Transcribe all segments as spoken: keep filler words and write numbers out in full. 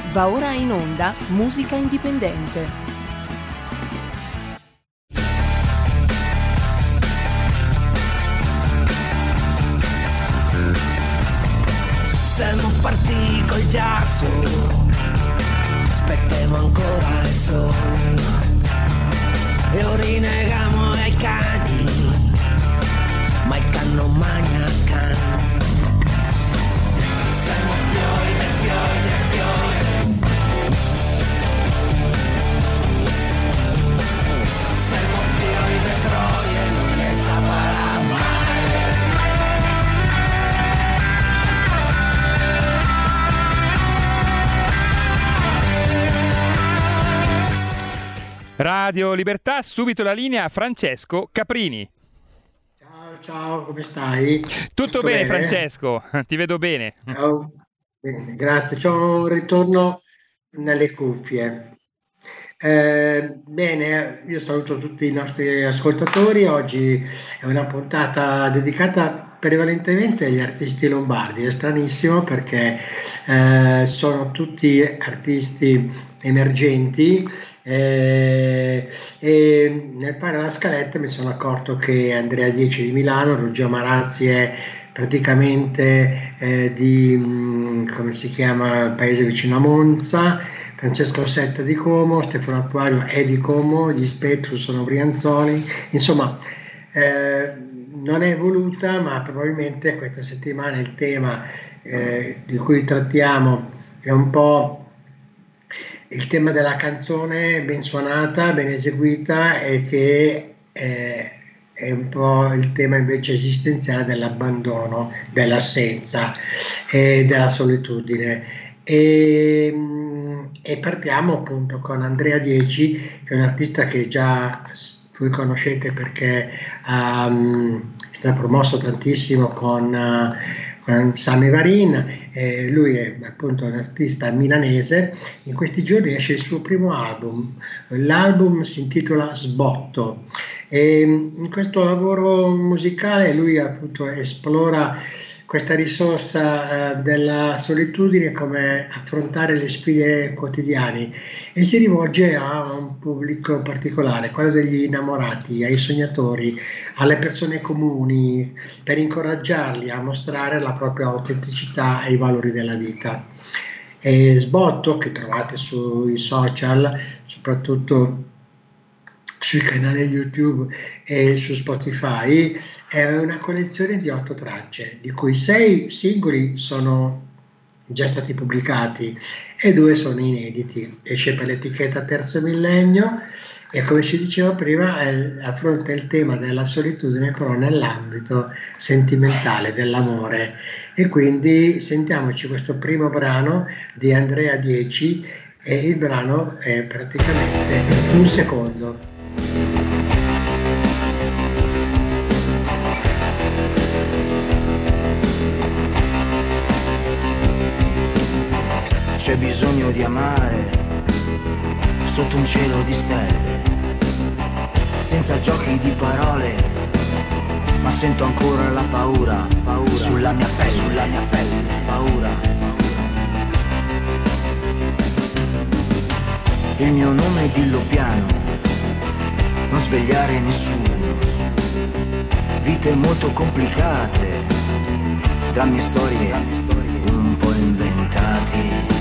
Va ora in onda Musica Indipendente. Siamo partiti col giasso, aspettiamo ancora il sole e orinegamo ai cani, ma il can non magna il can. Siamo fiori dei fiori dei fiori, siamo fiori dei troie, non ne saprà mai. Radio Libertà, subito la linea a Francesco Caprini. Ciao, ciao, come stai? Tutto, Tutto bene, bene, Francesco, ti vedo bene. Ciao. Bene, grazie, c'ho un ritorno nelle cuffie. Eh, bene, io saluto tutti i nostri ascoltatori. Oggi è una puntata dedicata prevalentemente agli artisti lombardi. È stranissimo perché eh, sono tutti artisti emergenti. Eh, e nel fare la scaletta mi sono accorto che Andrea Dieci di Milano, Ruggero Marazzi è praticamente eh, di mh, come si chiama, paese vicino a Monza, Francesco Setta di Como, Stefano Acquario è di Como, gli Spettru sono brianzoli, insomma eh, non è voluta, ma probabilmente questa settimana il tema eh, di cui trattiamo è un po' il tema della canzone ben suonata, ben eseguita e che eh, è un po' il tema invece esistenziale dell'abbandono, dell'assenza e della solitudine. E, e partiamo appunto con Andrea Dieci, che è un artista che già voi conoscete perché um, è stato promosso tantissimo con... Uh, Sami Varin, eh, lui è appunto un artista milanese. In questi giorni esce il suo primo album, l'album si intitola Sbotto e in questo lavoro musicale lui appunto esplora questa risorsa eh, della solitudine, come affrontare le sfide quotidiane, e si rivolge a un pubblico particolare, quello degli innamorati, ai sognatori, alle persone comuni, per incoraggiarli a mostrare la propria autenticità e i valori della vita. E Sbotto, che trovate sui social, soprattutto sui canali YouTube e su Spotify, è una collezione di otto tracce, di cui sei singoli sono già stati pubblicati e due sono inediti. Esce per l'etichetta Terzo Millennio e, come ci diceva prima, affronta il tema della solitudine però nell'ambito sentimentale dell'amore. E quindi sentiamoci questo primo brano di Andrea Dieci, e il brano è praticamente un secondo. C'è bisogno di amare sotto un cielo di stelle, senza giochi di parole, ma sento ancora la paura, paura sulla mia pelle, sulla mia pelle, paura. Il mio nome è dillo piano, non svegliare nessuno. Vite molto complicate, tra mie storie un po' inventati.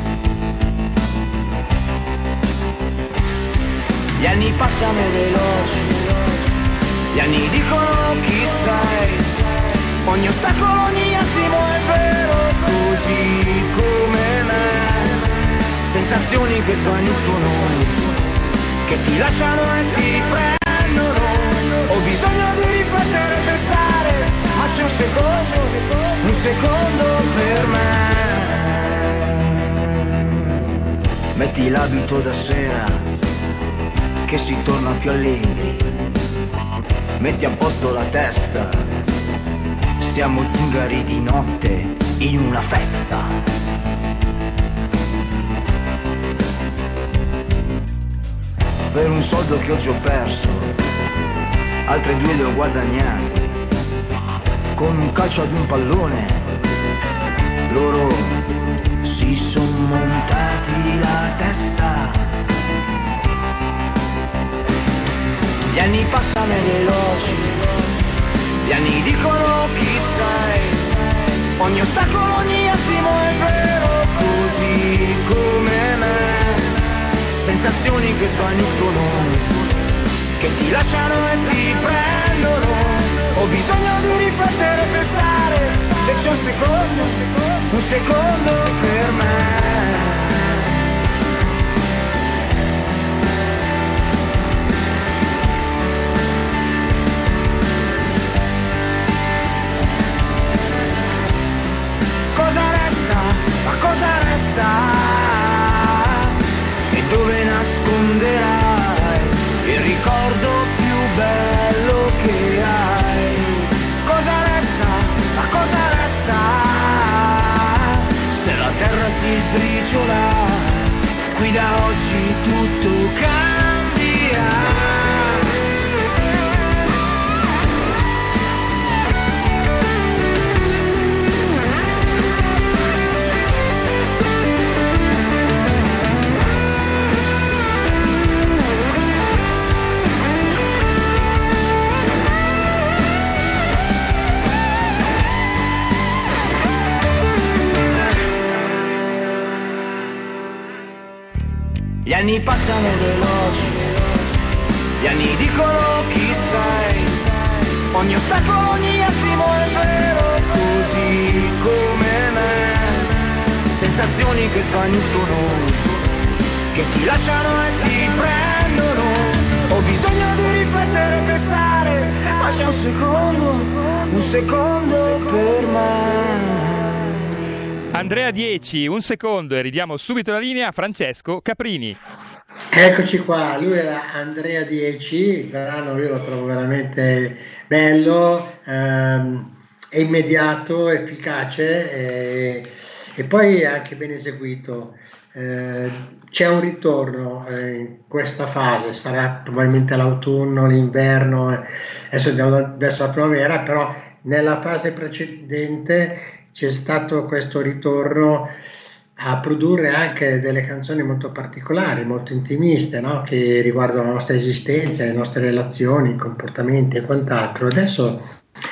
Gli anni passano veloci, gli anni dicono chi sei, ogni ostacolo, ogni attimo è vero, così come me. Sensazioni che svaniscono, che ti lasciano e ti prendono. Ho bisogno di riflettere e pensare, ma c'è un secondo, un secondo per me. Metti l'abito da sera, che si torna più allegri, metti a posto la testa, siamo zingari di notte in una festa. Per un soldo che oggi ho perso, altre due le ho guadagnate, con un calcio ad un pallone, loro si son montati. ogni ostacolo, ogni attimo è vero, così come me. Sensazioni che svaniscono, che ti lasciano e ti prendono. Ho bisogno di riflettere e pensare, se c'è un secondo, un secondo per me. Ma cosa resta? E dove nasconderai il ricordo più bello che hai? Cosa resta? Ma cosa resta? Se la terra si sbriciola, qui da oggi tutto cambia. Gli anni passano veloci, gli anni dicono chi sei, ogni ostacolo, ogni attimo è vero, così come me. Sensazioni che svaniscono, che ti lasciano e ti prendono. Ho bisogno di riflettere e pensare, ma c'è un secondo, un secondo per me. Andrea dieci, un secondo e ridiamo subito la linea a Francesco Caprini. Eccoci qua, lui era Andrea dieci, il brano io lo trovo veramente bello, ehm, è immediato, efficace e, e poi è anche ben eseguito. Eh, c'è un ritorno eh, in questa fase, sarà probabilmente l'autunno, l'inverno, eh, adesso andiamo verso la primavera, però nella fase precedente c'è stato questo ritorno a produrre anche delle canzoni molto particolari, molto intimiste, no? Che riguardano la nostra esistenza, le nostre relazioni, i comportamenti e quant'altro. Adesso,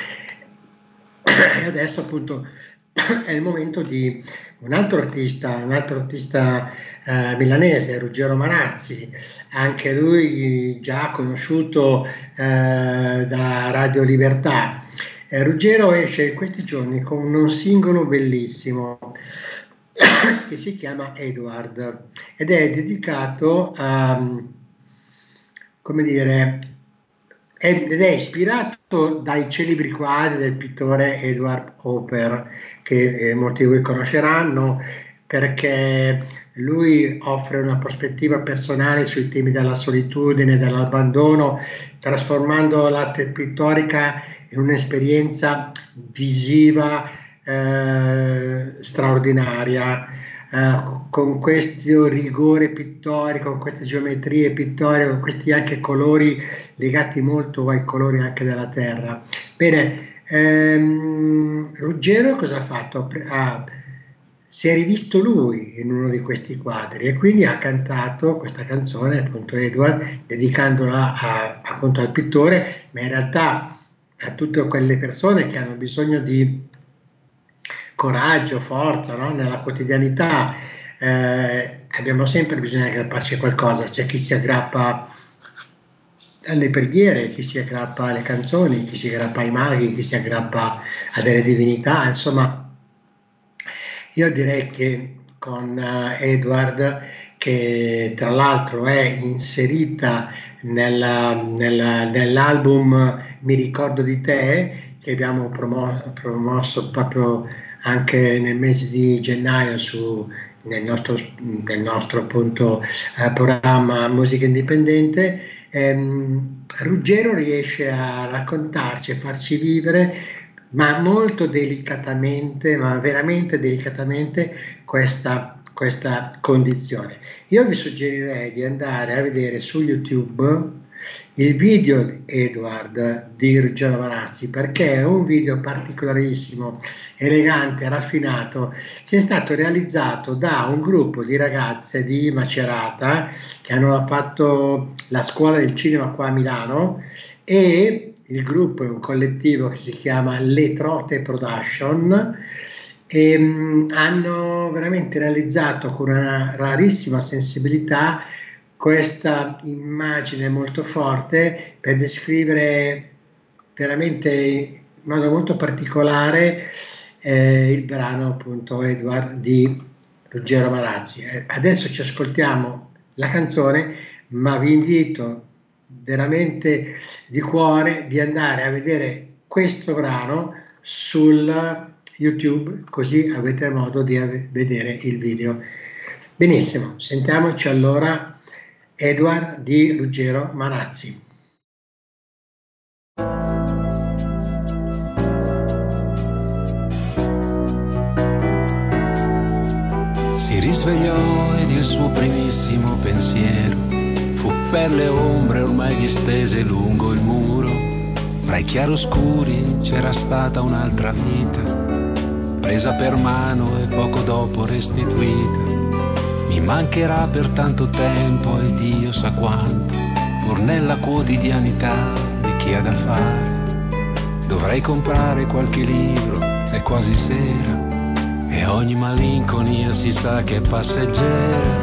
adesso appunto è il momento di un altro artista, un altro artista eh, milanese, Ruggero Marazzi, anche lui già conosciuto eh, da Radio Libertà. Eh, Ruggero esce in questi giorni con un singolo bellissimo che si chiama Edward ed è dedicato a, come dire, ed è ispirato dai celebri quadri del pittore Edward Hopper, che eh, molti di voi conosceranno perché lui offre una prospettiva personale sui temi della solitudine, dell'abbandono, trasformando l'arte pittorica in un'esperienza visiva eh, straordinaria, eh, con questo rigore pittorico, con queste geometrie pittoriche, con questi anche colori legati molto ai colori anche della terra. Bene, ehm, Ruggero cosa ha fatto? Ha, si è rivisto lui in uno di questi quadri e quindi ha cantato questa canzone, appunto Edward, dedicandola a, appunto al pittore, ma in realtà a tutte quelle persone che hanno bisogno di coraggio, forza, no? Nella quotidianità. Eh, abbiamo sempre bisogno di aggrapparci a qualcosa, c'è chi si aggrappa alle preghiere, chi si aggrappa alle canzoni, chi si aggrappa ai maghi, chi si aggrappa a delle divinità, insomma io direi che con uh, Edward, che tra l'altro è inserita nella, nella, nell'album Mi ricordo di te, che abbiamo promo- promosso proprio anche nel mese di gennaio su, nel nostro, nel nostro appunto, eh, programma Musica Indipendente, ehm, Ruggero riesce a raccontarci e farci vivere, ma molto delicatamente, ma veramente delicatamente, questa, questa condizione. Io vi suggerirei di andare a vedere su YouTube il video di Edward di Ruggero Marazzi, perché è un video particolarissimo, elegante, raffinato, che è stato realizzato da un gruppo di ragazze di Macerata che hanno fatto la scuola del cinema qua a Milano, e il gruppo è un collettivo che si chiama Le Trote Production, e mh, hanno veramente realizzato con una rarissima sensibilità questa immagine molto forte per descrivere veramente in modo molto particolare eh, il brano appunto Edward di Ruggero Marazzi. Eh, adesso ci ascoltiamo la canzone, ma vi invito veramente di cuore di andare a vedere questo brano sul YouTube, così avete modo di vedere il video. Benissimo, sentiamoci allora Edward di Ruggero Marazzi. Si risvegliò ed il suo primissimo pensiero fu per le ombre ormai distese lungo il muro. Fra i chiaroscuri c'era stata un'altra vita, presa per mano e poco dopo restituita. Mi mancherà per tanto tempo ed Dio sa quanto, pur nella quotidianità di chi ha da fare. Dovrei comprare qualche libro, è quasi sera, e ogni malinconia si sa che è passeggera.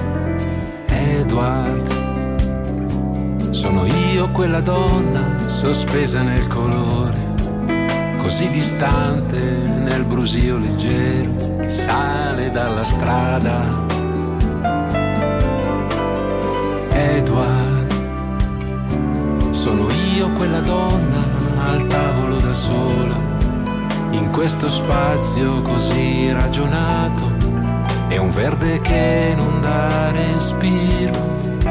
Edward, sono io quella donna sospesa nel colore, così distante nel brusio leggero che sale dalla strada. Edward, sono io quella donna al tavolo da sola, in questo spazio così ragionato, è un verde che non dà respiro.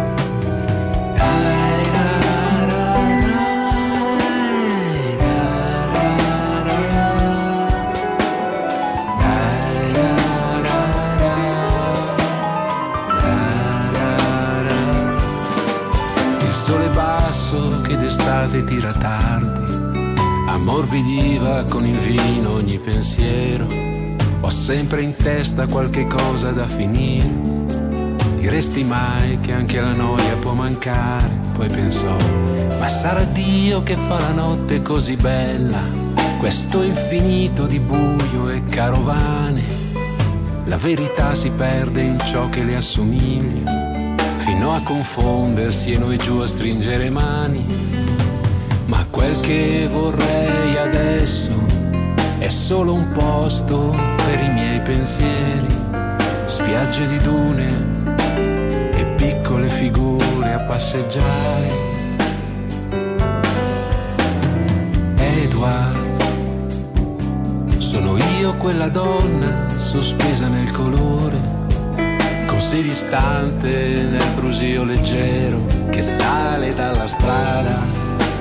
D'estate tira tardi, ammorbidiva con il vino ogni pensiero. Ho sempre in testa qualche cosa da finire. Diresti mai che anche la noia può mancare? Poi pensò, ma sarà Dio che fa la notte così bella, questo infinito di buio e carovane. La verità si perde in ciò che le assomiglia, fino a confondersi e noi giù a stringere mani. Ma quel che vorrei adesso è solo un posto per i miei pensieri, spiagge di dune e piccole figure a passeggiare. Edward, sono io quella donna sospesa nel colore, così distante nel brusio leggero che sale dalla strada.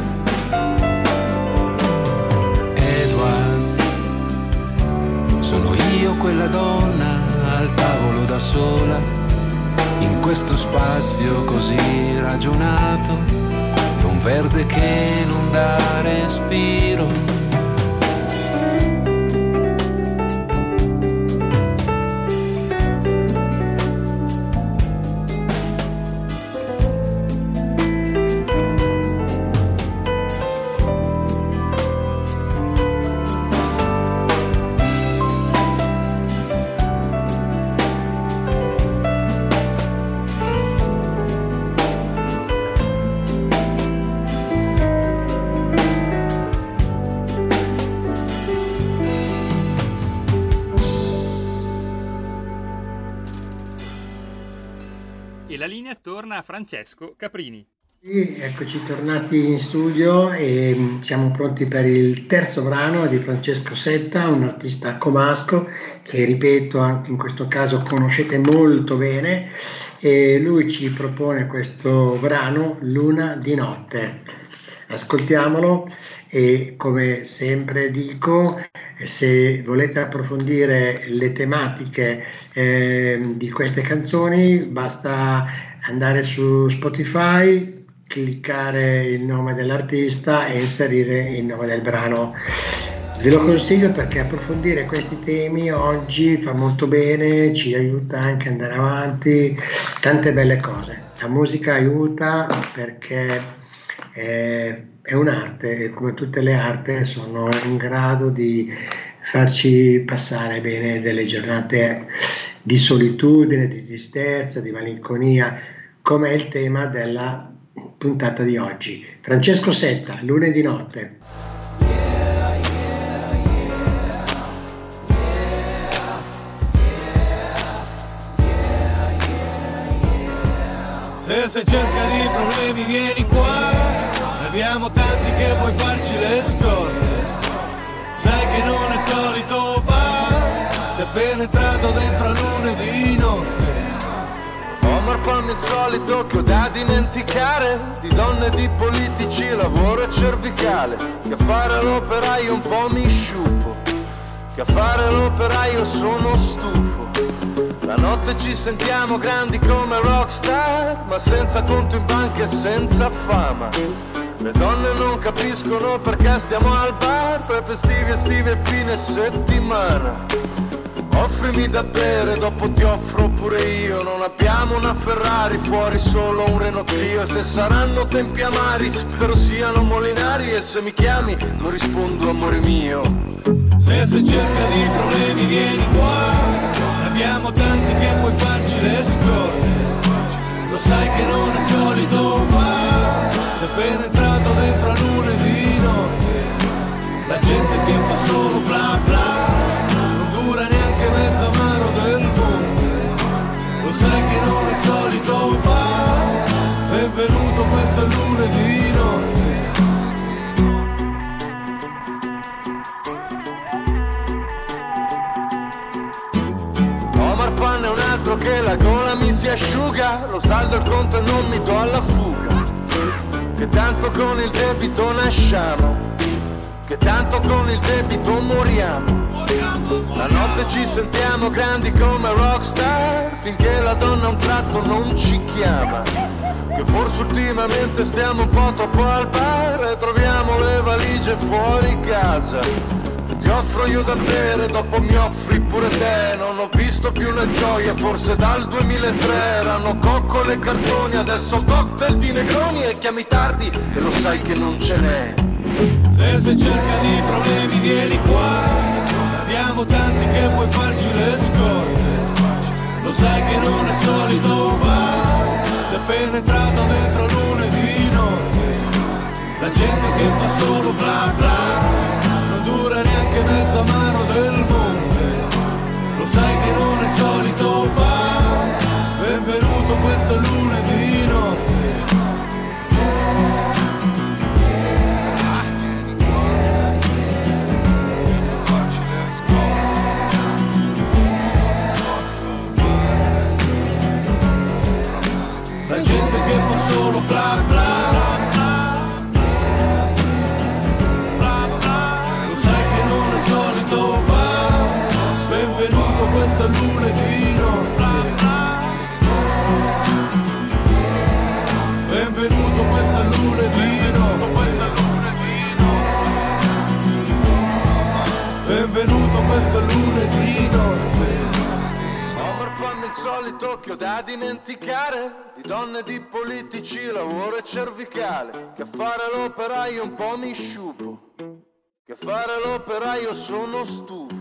Edward, sono io quella donna al tavolo da sola, in questo spazio così ragionato, è un verde che non dà respiro. E la linea torna a Francesco Caprini. Sì, eccoci tornati in studio e siamo pronti per il terzo brano di Francesco Setta, un artista comasco che, ripeto, anche in questo caso conoscete molto bene, e lui ci propone questo brano Luna di notte. Ascoltiamolo e, come sempre dico, se volete approfondire le tematiche eh, di queste canzoni basta andare su Spotify, cliccare il nome dell'artista e inserire il nome del brano. Ve lo consiglio perché approfondire questi temi oggi fa molto bene, ci aiuta anche ad andare avanti, tante belle cose. La musica aiuta perché è, è un'arte e come tutte le arti sono in grado di farci passare bene delle giornate di solitudine, di tristezza, di malinconia, come è il tema della puntata di oggi. Francesco Setta, lunedì notte. Se sei cerca di problemi vieni qua, ne abbiamo tanti che puoi farci le scorte. Sai che non è il solito bar, sei penetrato dentro a lunedì notte. Omar, fammi il solito che ho da dimenticare, di donne, di politici, lavoro e cervicale. Che a fare l'operaio un po' mi sciupo, che a fare l'operaio sono stufo. La notte ci sentiamo grandi come rockstar, ma senza conto in banca e senza fama. Le donne non capiscono perché stiamo al bar, tra festivi estive e fine settimana. Offrimi da bere, dopo ti offro pure io. Non abbiamo una Ferrari, fuori solo un Renault Clio. E se saranno tempi amari, spero siano molinari. E se mi chiami, non rispondo amore mio. Se sei cerca di problemi vieni qua, abbiamo tanti che puoi farci le scorte. Lo sai che non è solito fare, sei penetrato dentro a lunedì notte. La gente che fa solo bla bla, non dura neanche mezza mano del monte. Lo sai che non è solito fare, benvenuto, questo è lunedì notte. Fanno un altro che la gola mi si asciuga, lo saldo il conto e non mi do alla fuga. Che tanto con il debito nasciamo, che tanto con il debito moriamo. La notte ci sentiamo grandi come rockstar, finché la donna a un tratto non ci chiama. Che forse ultimamente stiamo un po' troppo al bar e troviamo le valigie fuori casa. Ti offro io da bere, dopo mi offri pure te. Non ho visto più una gioia, forse dal duemilatré. Erano coccole e cartoni, adesso cocktail di negroni. E chiami tardi e lo sai che non ce n'è. Se sei cerca di problemi vieni qua, abbiamo tanti che puoi farci le scorte. Lo sai che non è solito bar, sei penetrato dentro lunedì notte. La gente che fa solo bla bla, dura neanche mezza mano del monte. Lo sai che non è il solito fare, benvenuto, questo è lunedì notte. La gente che fa solo bla bla. Lunedì notte. Benvenuto, questo è lunedì notte. Questo è lunedì notte. Benvenuto, questo è lunedì notte. Omar, fammi il solito che ho da dimenticare, di donne, di politici, lavoro e cervicale. Che a fare l'operaio un po' mi sciupo, che a fare l'operaio sono stufo.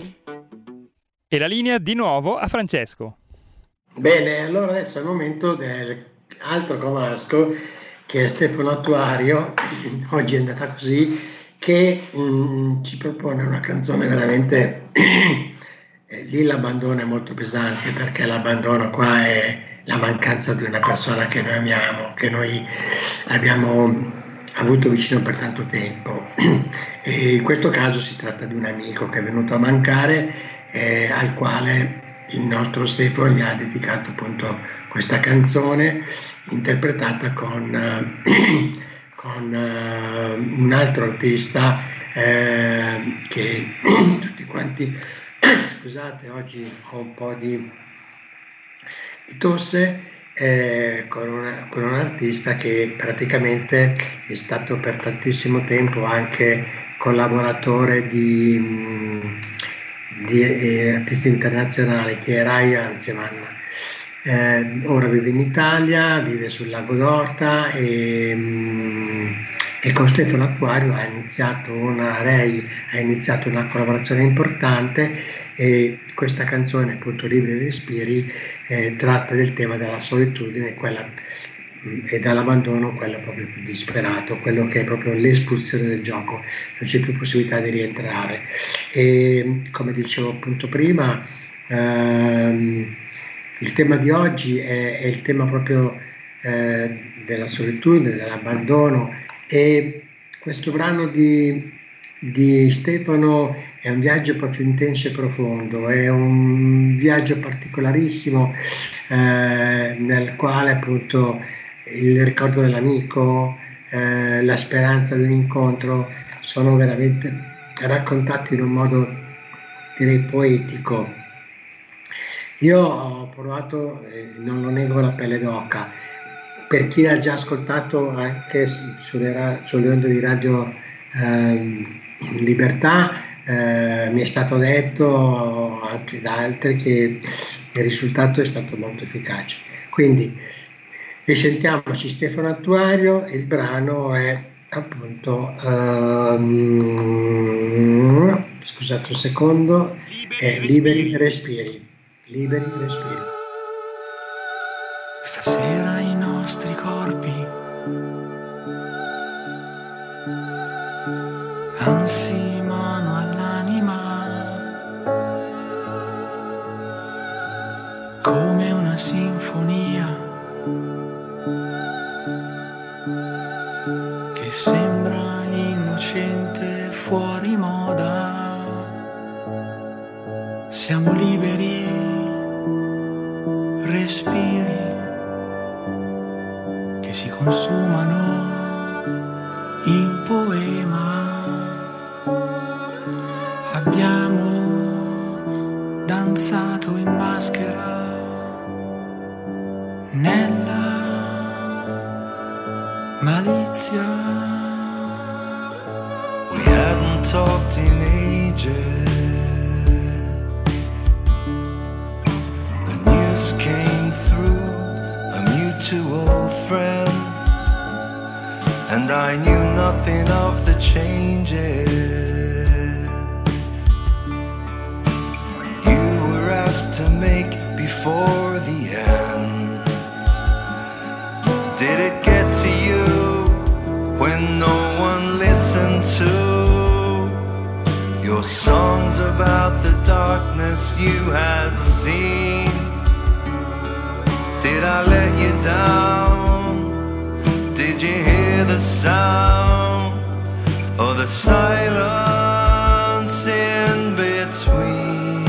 E la linea di nuovo a Francesco. Bene, allora adesso è il momento dell'altro comasco, che è Stefano Attuario. Oggi è andata così, che mh, ci propone una canzone veramente eh, lì l'abbandono è molto pesante, perché l'abbandono qua è la mancanza di una persona che noi amiamo, che noi abbiamo avuto vicino per tanto tempo. E in questo caso si tratta di un amico che è venuto a mancare, Eh, al quale il nostro Stefano gli ha dedicato appunto questa canzone, interpretata con, uh, con uh, un altro artista eh, che tutti quanti scusate, oggi ho un po' di, di tosse, eh, con, una, con un artista che praticamente è stato per tantissimo tempo anche collaboratore di mh, di eh, artisti internazionali, che è Rai Hansemann. Eh, ora vive in Italia, vive sul lago d'Orta e, mh, e con Stefano Attuario ha iniziato una Ray ha iniziato una collaborazione importante, e questa canzone, appunto, Liberi Respiri, eh, tratta del tema della solitudine, quella e dall'abbandono, quello proprio più disperato, quello che è proprio l'espulsione del gioco, non c'è più possibilità di rientrare. E come dicevo appunto prima, ehm, il tema di oggi è, è il tema proprio eh, della solitudine, dell'abbandono, e questo brano di, di Stefano è un viaggio proprio intenso e profondo, è un viaggio particolarissimo eh, nel quale appunto il ricordo dell'amico, eh, la speranza di un incontro sono veramente raccontati in un modo, direi, poetico. Io ho provato, eh, non lo nego, la pelle d'oca. Per chi l'ha già ascoltato anche sulle, sulle onde di Radio eh, Libertà, eh, mi è stato detto anche da altri che il risultato è stato molto efficace. Quindi risentiamoci Stefano Attuario, il brano è appunto, um, scusate un secondo, è Liberi Respiri. Liberi Respiri. Stasera i nostri corpi, anzi mano all'anima, come una sinfonia che sembra innocente, fuori moda. Siamo liberi, respiri che si consumano in poema. Abbiamo danzato in maschera nella malizia. We hadn't talked in ages. The news came through, a mutual friend, and I knew nothing of the changes you were asked to make before the end. Did it get to you when no one listened to your songs about the darkness you had seen? Did I let you down? Did you hear the sound or the silence in between?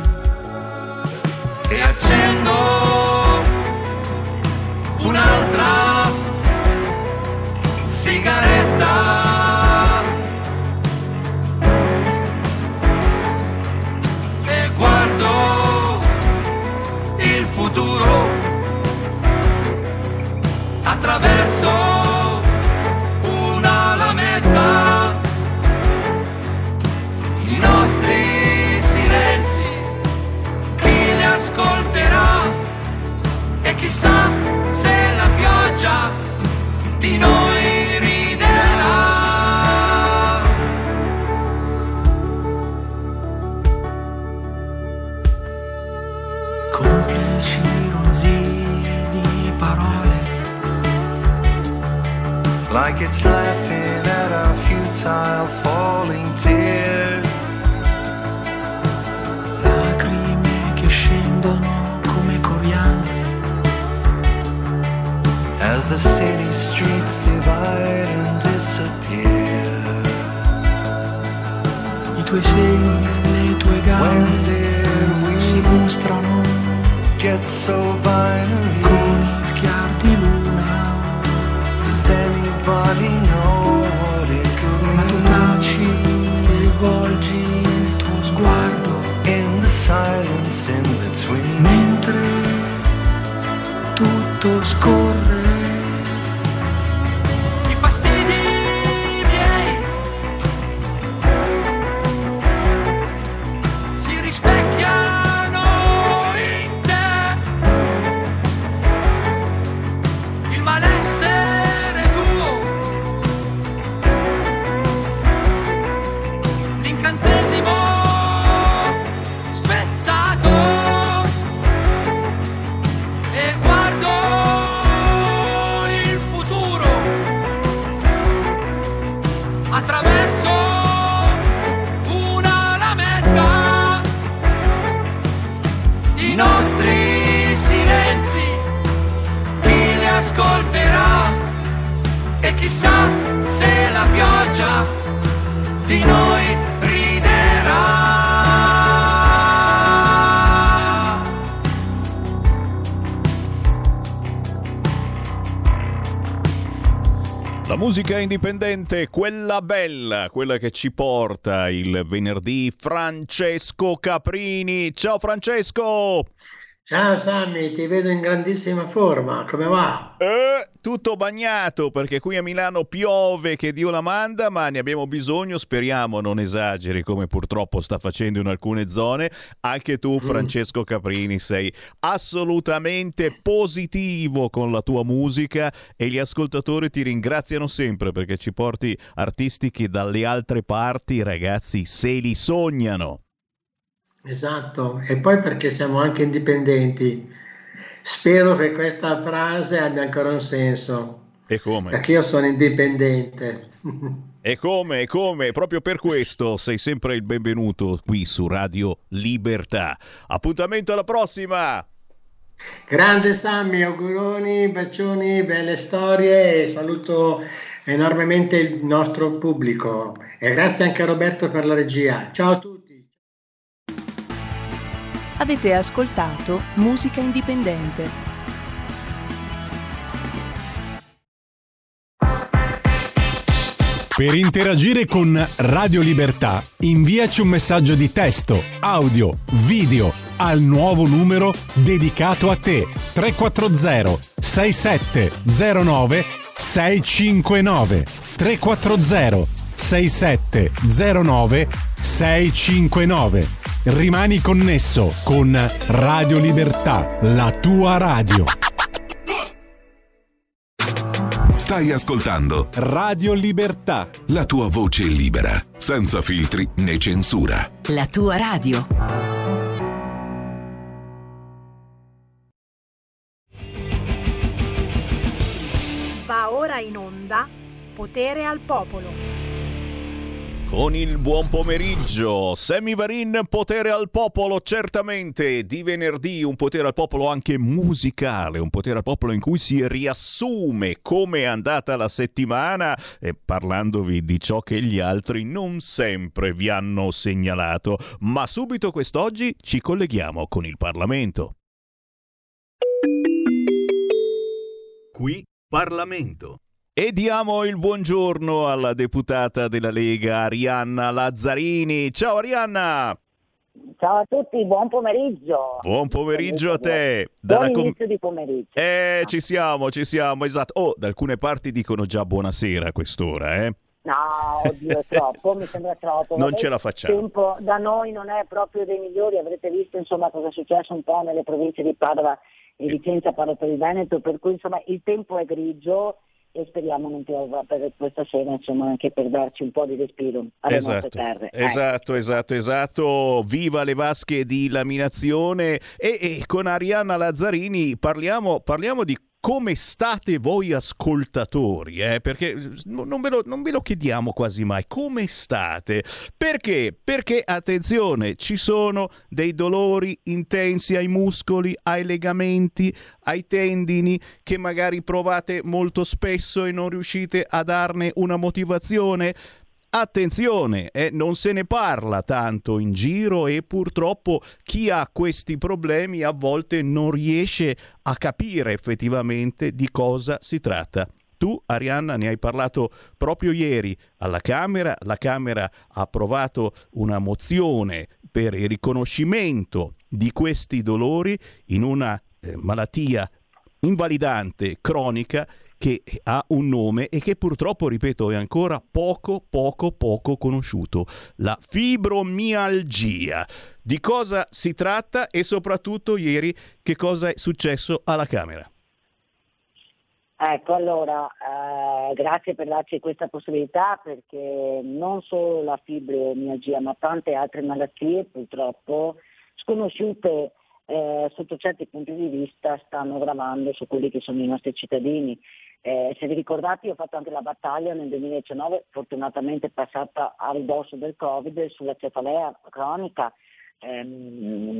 E accendo un'altra sigaretta e guardo il futuro attraverso una lametta, i nostri silenzi, chi li ascolterà e chissà se la pioggia di noi riderà. Con che cironzii di parole, like it's laughing at our futile falling tears. Lacrime che scendono come coriandoli as the city streets divide and disappear. I tuoi seni, le tue gambe si mostrano get so binary con il chiar di luna. Does anybody know what it could mean? Ma tu taci e volgi il tuo sguardo in the silence in between, mentre tutto scorre. I fastidi miei si rispecchiano in te, il malessere tuo i nostri silenzi, chi li ascolterà e chissà se la pioggia di noi riderà. La musica indipendente, quella bella, quella che ci porta il venerdì, Francesco Caprini. Ciao Francesco! Ciao Sammy, ti vedo in grandissima forma, come va? Eh, tutto bagnato perché qui a Milano piove che Dio la manda, ma ne abbiamo bisogno, speriamo non esageri come purtroppo sta facendo in alcune zone. Anche tu Francesco Caprini sei assolutamente positivo con la tua musica e gli ascoltatori ti ringraziano sempre perché ci porti artisti che dalle altre parti, ragazzi, se li sognano. Esatto, e poi perché siamo anche indipendenti. Spero che questa frase abbia ancora un senso. E come? Perché io sono indipendente. E come, e come, proprio per questo sei sempre il benvenuto qui su Radio Libertà. Appuntamento alla prossima! Grande Sammy, auguroni, bacioni, belle storie e saluto enormemente il nostro pubblico. E grazie anche a Roberto per la regia. Ciao a tutti! Avete ascoltato Musica Indipendente. Per interagire con Radio Libertà, inviaci un messaggio di testo, audio, video al nuovo numero dedicato a te tre quattro zero sei sette zero nove sei cinque nove tre quattro zero sei sette zero nove sei cinque nove. Rimani connesso con Radio Libertà, la tua radio. Stai ascoltando Radio Libertà, la tua voce libera, senza filtri né censura. La tua radio. Va ora in onda Potere al Popolo. Con il buon pomeriggio, Sammy Varin, Potere al Popolo, certamente di venerdì, un potere al popolo anche musicale, un potere al popolo in cui si riassume come è andata la settimana e parlandovi di ciò che gli altri non sempre vi hanno segnalato. Ma subito quest'oggi ci colleghiamo con il Parlamento. Qui Parlamento. E diamo il buongiorno alla deputata della Lega Arianna Lazzarini. Ciao Arianna! Ciao a tutti, buon pomeriggio. Buon pomeriggio a te. Buon com- inizio di pomeriggio. Eh, ci siamo, ci siamo, esatto. Oh, da alcune parti dicono già buonasera a quest'ora, eh? No, oddio, è troppo, mi sembra troppo. Non Vabbè, ce la facciamo. Il tempo da noi non è proprio dei migliori, avrete visto insomma cosa è successo un po' nelle province di Padova e Vicenza, parlo per il Veneto, per cui insomma il tempo è grigio. E speriamo non piova per questa sera, insomma, anche per darci un po' di respiro alle esatto, nostre terre. Esatto, eh. esatto, esatto. Viva le vasche di laminazione. E, e con Arianna Lazzarini parliamo, parliamo di come state voi ascoltatori, eh? Perché non ve, lo, non ve lo chiediamo quasi mai, come state? Perché? Perché, attenzione, ci sono dei dolori intensi ai muscoli, ai legamenti, ai tendini, che magari provate molto spesso e non riuscite a darne una motivazione. Attenzione, eh, non se ne parla tanto in giro e purtroppo chi ha questi problemi a volte non riesce a capire effettivamente di cosa si tratta. Tu, Arianna, ne hai parlato proprio ieri alla Camera. La Camera ha approvato una mozione per il riconoscimento di questi dolori in una eh, malattia invalidante, cronica, che ha un nome e che purtroppo, ripeto, è ancora poco, poco, poco conosciuto. La fibromialgia. Di cosa si tratta e soprattutto ieri che cosa è successo alla Camera? Ecco, allora, eh, grazie per darci questa possibilità, perché non solo la fibromialgia, ma tante altre malattie purtroppo sconosciute eh, sotto certi punti di vista stanno gravando su quelli che sono i nostri cittadini. Eh, se vi ricordate, io ho fatto anche la battaglia nel duemiladiciannove, fortunatamente passata a ridosso del Covid, sulla cefalea cronica. Ehm,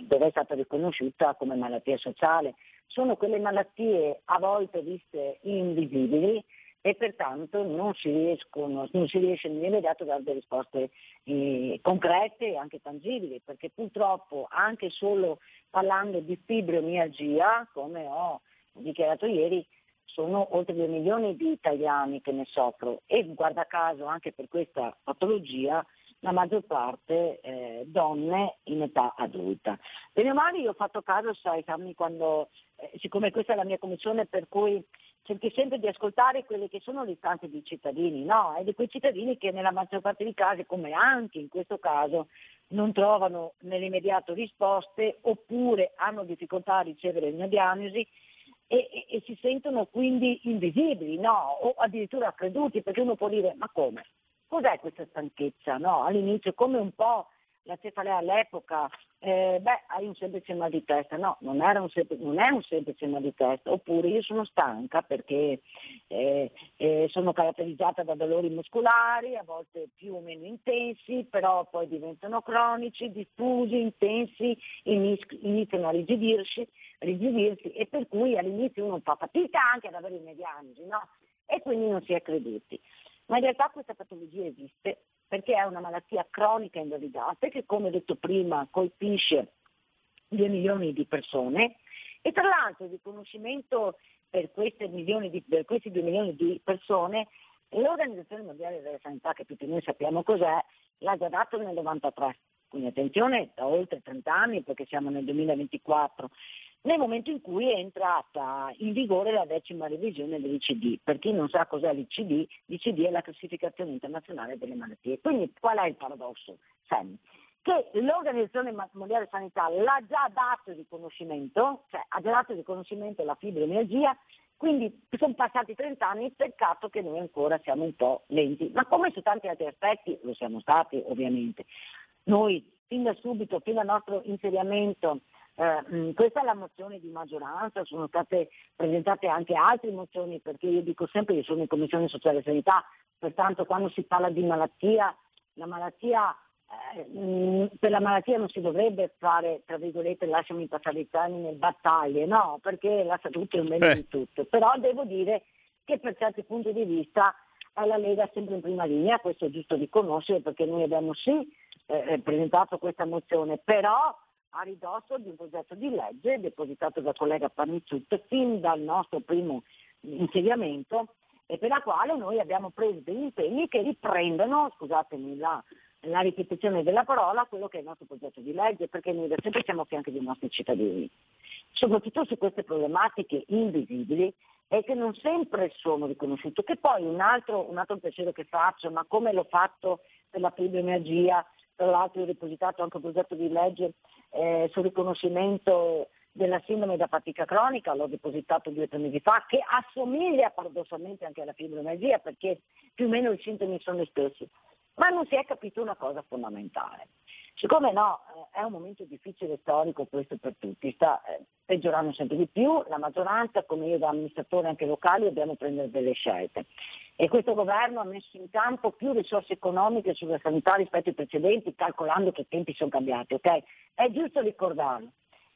dove è stata riconosciuta come malattia sociale. Sono quelle malattie a volte viste invisibili e pertanto non si riescono, non si riesce nell'immediato a dare delle risposte eh, concrete e anche tangibili, perché purtroppo anche solo parlando di fibromialgia, come ho dichiarato ieri, sono oltre due milioni di italiani che ne soffrono e guarda caso anche per questa patologia la maggior parte eh, donne in età adulta. Bene o male io ho fatto caso, sai, Sammy, quando, eh, siccome questa è la mia commissione per cui cerchi sempre di ascoltare quelle che sono le istanze dei cittadini, no? E di quei cittadini che nella maggior parte dei casi, come anche in questo caso, non trovano nell'immediato risposte oppure hanno difficoltà a ricevere una diagnosi e, e, e si sentono quindi invisibili, no? O addirittura creduti, perché uno può dire ma come? Cos'è questa stanchezza? No? All'inizio come un po' la cefalea all'epoca, eh, beh hai un semplice mal di testa, no, non, era un semplice, non è un semplice mal di testa, oppure io sono stanca perché eh, eh, sono caratterizzata da dolori muscolari, a volte più o meno intensi, però poi diventano cronici, diffusi, intensi, iniziano a rigidirsi, rigidirsi e per cui all'inizio uno fa fatica anche ad avere una diagnosi, no? E quindi non si è creduti. Ma in realtà questa patologia esiste perché è una malattia cronica invalidante che, come detto prima, colpisce due milioni di persone e tra l'altro il riconoscimento per, queste milioni di, per questi due milioni di persone l'Organizzazione Mondiale della Sanità, che tutti noi sappiamo cos'è, l'ha già dato nel novantatré. Quindi attenzione, da oltre trenta anni perché siamo nel duemilaventiquattro. Nel momento in cui è entrata in vigore la decima revisione dell'I C D. Per chi non sa cos'è l'I C D, l'I C D è la classificazione internazionale delle malattie. Quindi qual è il paradosso? Sam? Che l'Organizzazione Mondiale della Sanità l'ha già dato il riconoscimento, cioè ha già dato il riconoscimento alla fibromialgia, quindi sono passati trenta anni, peccato che noi ancora siamo un po' lenti, ma come su tanti altri aspetti lo siamo stati ovviamente. Noi fin da subito, fin dal nostro insediamento, Eh, questa è la mozione di maggioranza, sono state presentate anche altre mozioni perché io dico sempre che sono in Commissione Sociale e Sanità, pertanto quando si parla di malattia, la malattia eh, mh, per la malattia non si dovrebbe fare, tra virgolette, lasciami passare i termini, battaglie, no, perché la salute è un bene eh. di tutto, però devo dire che per certi punti di vista è la Lega sempre in prima linea, questo è giusto riconoscere perché noi abbiamo sì eh, presentato questa mozione, però a ridosso di un progetto di legge depositato dal collega Panizzuto fin dal nostro primo insediamento e per la quale noi abbiamo preso degli impegni che riprendono, scusatemi la, la ripetizione della parola, quello che è il nostro progetto di legge, perché noi da sempre siamo a fianco dei nostri cittadini, soprattutto su queste problematiche invisibili e che non sempre sono riconosciute, che poi un altro, un altro pensiero che faccio, ma come l'ho fatto per la fibromialgia, tra l'altro ho depositato anche un progetto di legge eh, sul riconoscimento della sindrome da fatica cronica, l'ho depositato due o tre mesi fa, che assomiglia paradossalmente anche alla fibromialgia perché più o meno i sintomi sono gli stessi. Ma non si è capito una cosa fondamentale. Siccome no, eh, è un momento difficile storico questo per tutti, sta eh, peggiorando sempre di più, la maggioranza, come io da amministratore anche locali, dobbiamo prendere delle scelte. E questo governo ha messo in campo più risorse economiche sulla sanità rispetto ai precedenti, calcolando che i tempi sono cambiati, ok? È giusto ricordarlo.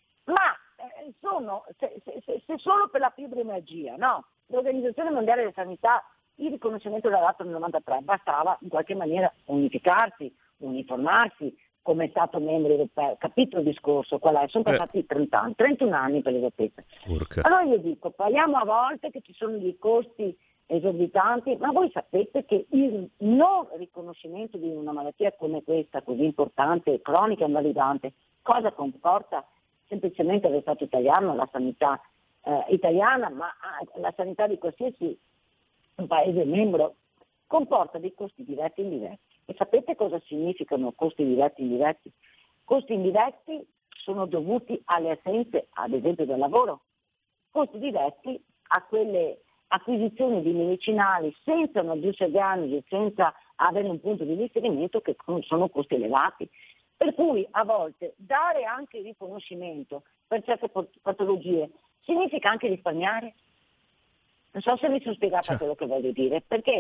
Ma eh, sono, se, se, se solo per la fibromialgia, no? L'Organizzazione Mondiale della Sanità, il riconoscimento l'ha dato nel novantatré, bastava in qualche maniera unificarsi, uniformarsi, come Stato membro europeo, capito il discorso, qual è? Sono passati eh. trenta anni, trentuno anni per l'esattezza. Allora io dico, parliamo a volte che ci sono dei costi esorbitanti, ma voi sapete che il non riconoscimento di una malattia come questa, così importante, cronica e invalidante, cosa comporta? Semplicemente allo Stato italiano, la sanità eh, italiana, ma la sanità di qualsiasi un paese membro, comporta dei costi diretti e indiretti. E sapete cosa significano costi diretti e indiretti? Costi indiretti sono dovuti alle assenze, ad esempio, del lavoro. Costi diretti a quelle acquisizioni di medicinali senza una giusta diagnosi, senza avere un punto di riferimento, che sono costi elevati. Per cui a volte dare anche il riconoscimento per certe patologie significa anche risparmiare. Non so se mi sono spiegata certo. quello che voglio dire, perché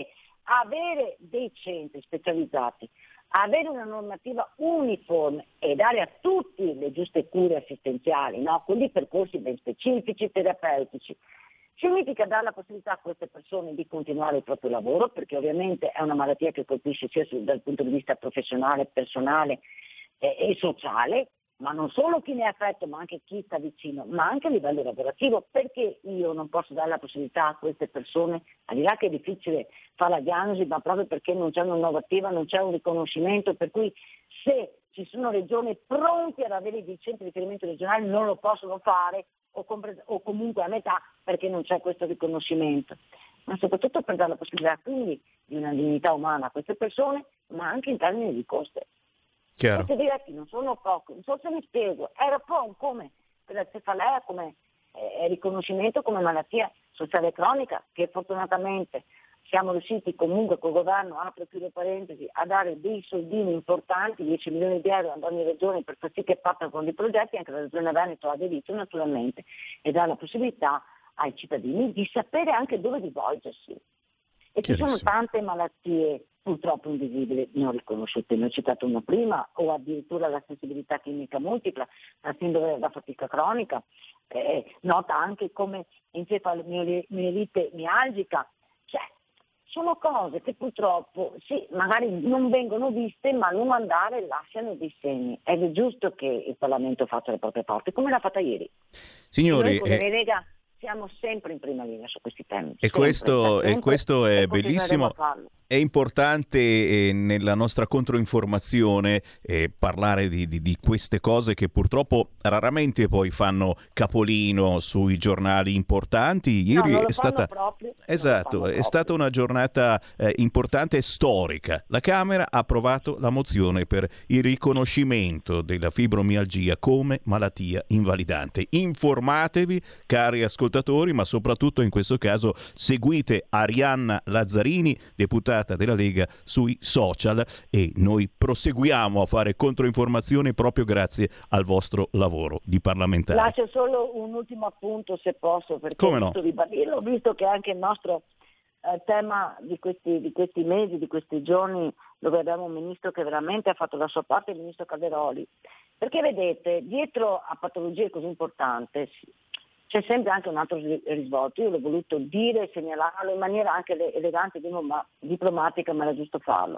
avere dei centri specializzati, avere una normativa uniforme e dare a tutti le giuste cure assistenziali, no? Quindi percorsi ben specifici, terapeutici. Significa dare la possibilità a queste persone di continuare il proprio lavoro, perché ovviamente è una malattia che colpisce sia dal punto di vista professionale, personale eh, e sociale, ma non solo chi ne è affetto, ma anche chi sta vicino, ma anche a livello lavorativo. Perché io non posso dare la possibilità a queste persone, al di là che è difficile fare la diagnosi, ma proprio perché non c'è una normativa, non c'è un riconoscimento, per cui se ci sono regioni pronte ad avere dei centri di riferimento regionali non lo possono fare, o, compre- o comunque a metà, perché non c'è questo riconoscimimento, ma soprattutto per dare la possibilità quindi di una dignità umana a queste persone, ma anche in termini di costi. Chiaro. Questi diretti non sono pochi, non so se mi spiego, era poi come per la cefalea, come eh, riconoscimento come malattia sociale cronica, che fortunatamente siamo riusciti comunque col governo, apro e chiudo parentesi, a dare dei soldini importanti, dieci milioni di euro ad ogni regione per far sì che partano con dei progetti, anche la regione Veneto ha aderito naturalmente, e dà la possibilità ai cittadini di sapere anche dove rivolgersi. E ci sono tante malattie purtroppo invisibili, non riconosciute, ne ho citato una prima, o addirittura la sensibilità chimica multipla, la sindrome da fatica cronica, eh, nota anche come encefalomielite mialgica, cioè sono cose che purtroppo sì, magari non vengono viste, ma a lungo andare lasciano dei segni, ed è giusto che il Parlamento faccia le proprie parti, come l'ha fatta ieri. Signori, noi come eh... Lega siamo sempre in prima linea su questi temi. E sempre, questo, sempre, e questo è e bellissimo. È importante eh, nella nostra controinformazione eh, parlare di, di, di queste cose che purtroppo raramente poi fanno capolino sui giornali importanti. Ieri no, è stata proprio, esatto, è stata una giornata eh, importante e storica. La Camera ha approvato la mozione per il riconoscimento della fibromialgia come malattia invalidante. Informatevi, cari ascoltatori, ma soprattutto in questo caso seguite Arianna Lazzarini, deputata della Lega, sui social, e noi proseguiamo a fare controinformazione proprio grazie al vostro lavoro di parlamentare. Lascio solo un ultimo appunto, se posso, perché Come ho no? visto ribadirlo, visto che anche il nostro eh, tema di questi, di questi mesi, di questi giorni, dove abbiamo un ministro che veramente ha fatto la sua parte, il ministro Calderoli, perché vedete, dietro a patologie così importanti c'è sempre anche un altro risvolto. Io l'ho voluto dire e segnalarlo in maniera anche elegante, diplomatica, ma era giusto farlo.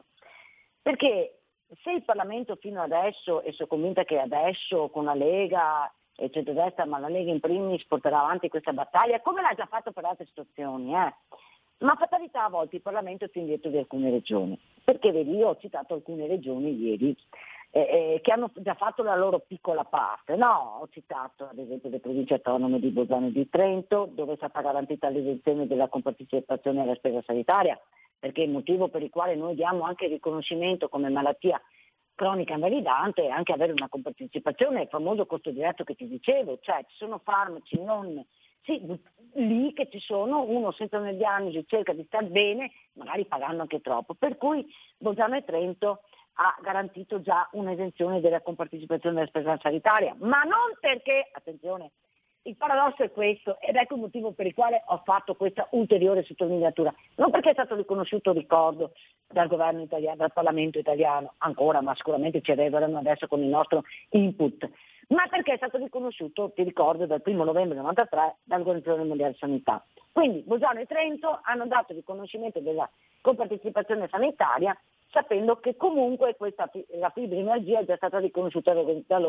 Perché se il Parlamento fino adesso, e sono convinta che adesso con la Lega e centrodestra, ma la Lega in primis porterà avanti questa battaglia, come l'ha già fatto per altre situazioni, eh? Ma fatalità a volte il Parlamento è più indietro di alcune regioni. Perché vedi, io ho citato alcune regioni ieri, Eh, che hanno già fatto la loro piccola parte, no? Ho citato ad esempio le province autonome di Bolzano e di Trento, dove è stata garantita l'esenzione della compartecipazione alla spesa sanitaria, perché il motivo per il quale noi diamo anche il riconoscimento come malattia cronica invalidante è anche avere una compartecipazione, il famoso costo diretto che ti dicevo, cioè ci sono farmaci non sì, lì che ci sono, uno senza una diagnosi cerca di star bene, magari pagando anche troppo, per cui Bolzano e Trento ha garantito già un'esenzione della compartecipazione della spesa sanitaria, ma non perché, attenzione, il paradosso è questo, ed ecco il motivo per il quale ho fatto questa ulteriore sottolineatura, non perché è stato riconosciuto, ricordo, dal governo italiano, dal Parlamento italiano, ancora, ma sicuramente ci arriveranno adesso con il nostro input, ma perché è stato riconosciuto, ti ricordo, dal primo novembre novantatré dall'Organizzazione Mondiale della Sanità. Quindi Bolzano e Trento hanno dato il riconoscimento della compartecipazione sanitaria, sapendo che comunque questa, la fibromialgia è già stata riconosciuta dall'O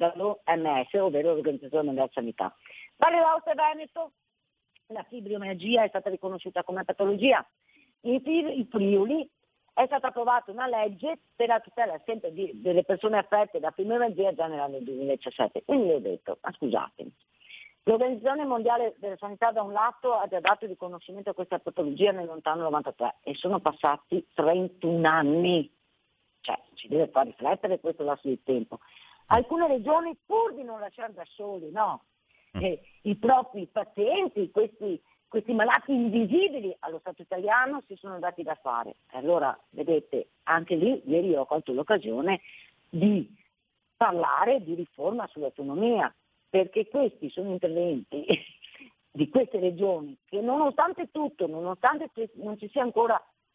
M S, ovvero l'Organizzazione Mondiale della Sanità. Valle d'Aosta e Veneto, la fibromialgia è stata riconosciuta come patologia. In Friuli è stata approvata una legge per la tutela sempre di, delle persone affette da fibromialgia già nell'anno duemiladiciassette. Quindi ho detto, ma scusatemi, l'Organizzazione Mondiale della Sanità da un lato ha già dato il riconoscimento a questa patologia nel lontano novantatré e sono passati trentuno anni, cioè ci deve far riflettere questo lasso di tempo. Alcune regioni, pur di non lasciare da soli no, eh, i propri pazienti, questi, questi malati invisibili allo Stato italiano, si sono dati da fare. E allora, vedete, anche lì ieri ho colto l'occasione di parlare di riforma sull'autonomia, perché questi sono interventi di queste regioni che nonostante tutto, nonostante non ci sia ancora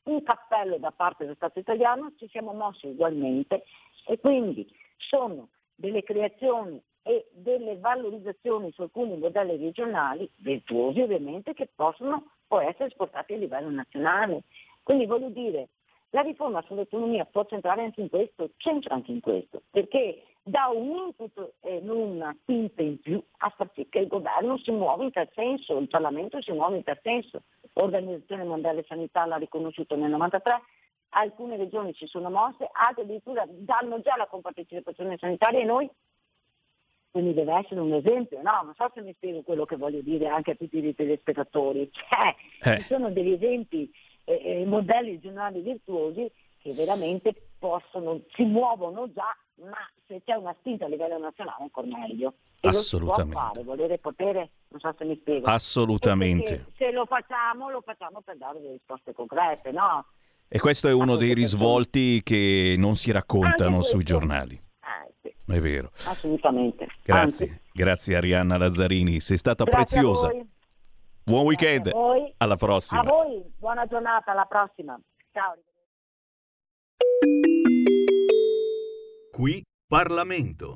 un cappello da parte dello Stato italiano, ci siamo mossi ugualmente e quindi sono delle creazioni e delle valorizzazioni su alcuni modelli regionali, virtuosi ovviamente, che possono poi essere esportati a livello nazionale. Quindi voglio dire, la riforma sull'autonomia può centrare anche in questo, c'entra anche in questo, perché dà un input e non una spinta in più a far sì che il governo si muova in tal senso, il Parlamento si muove in tal senso. L'Organizzazione Mondiale Sanità l'ha riconosciuto nel novantatré, alcune regioni si sono mosse, altre addirittura danno già la compartecipazione sanitaria e noi. Quindi deve essere un esempio, no? Non so se mi spiego quello che voglio dire anche a tutti i telespettatori. Cioè, eh. Ci sono degli esempi, eh, modelli regionali virtuosi che veramente possono, si muovono già, ma se c'è una spinta a livello nazionale ancora meglio. E assolutamente. Lo si può fare, volere potere, non so se mi spiego. Assolutamente. Se lo facciamo, lo facciamo per dare delle risposte concrete, no? E questo è uno dei risvolti che non si raccontano sui giornali. Sì. È vero. Assolutamente. Grazie, Anzi. grazie Arianna Lazzarini, sei stata Grazie preziosa. a voi. Buon weekend, a voi. Alla prossima. A voi, buona giornata, alla prossima. Ciao. Qui Parlamento.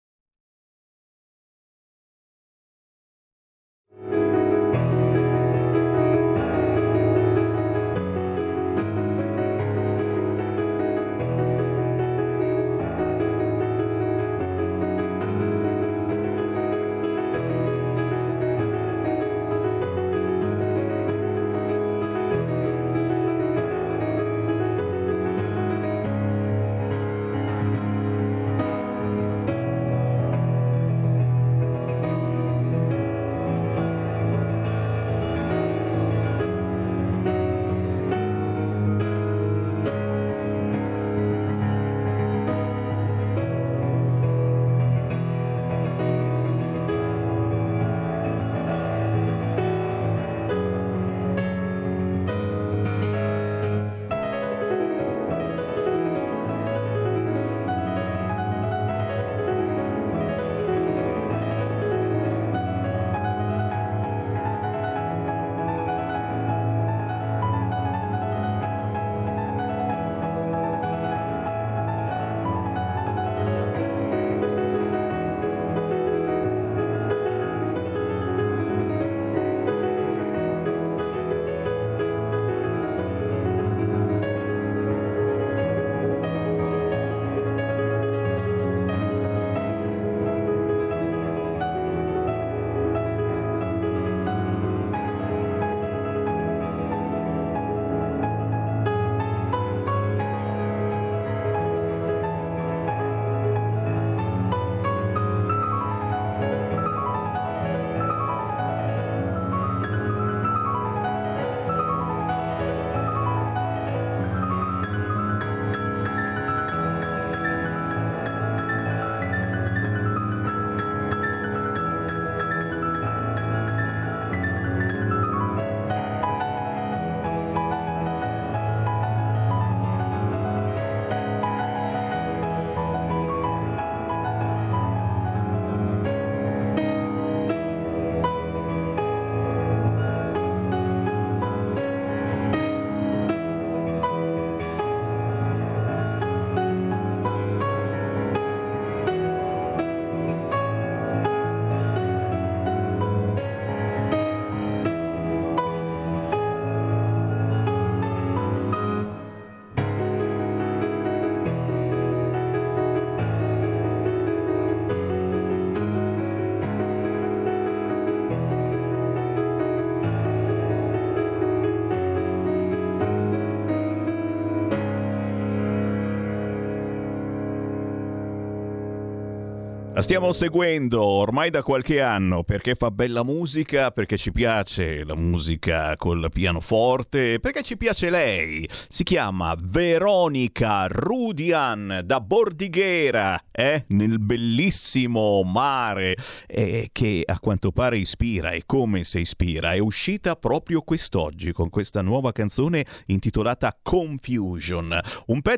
La stiamo seguendo ormai da qualche anno perché fa bella musica, perché ci piace la musica col pianoforte, perché ci piace lei. Si chiama Veronica Rudian da Bordighera, eh? Nel bellissimo mare, eh, che a quanto pare ispira, e come se ispira. È uscita proprio quest'oggi con questa nuova canzone intitolata Confusion, un pezzo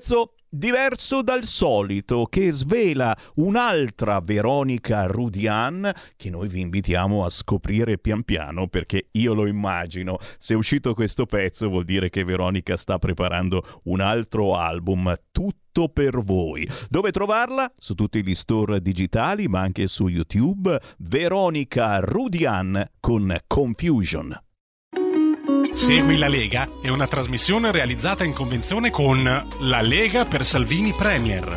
diverso dal solito, che svela un'altra Veronica Rudian che noi vi invitiamo a scoprire pian piano, perché io lo immagino, se è uscito questo pezzo vuol dire che Veronica sta preparando un altro album tutto per voi. Dove trovarla? Su tutti gli store digitali, ma anche su YouTube. Veronica Rudian con Confusion. Segui la Lega è una trasmissione realizzata in convenzione con La Lega per Salvini Premier.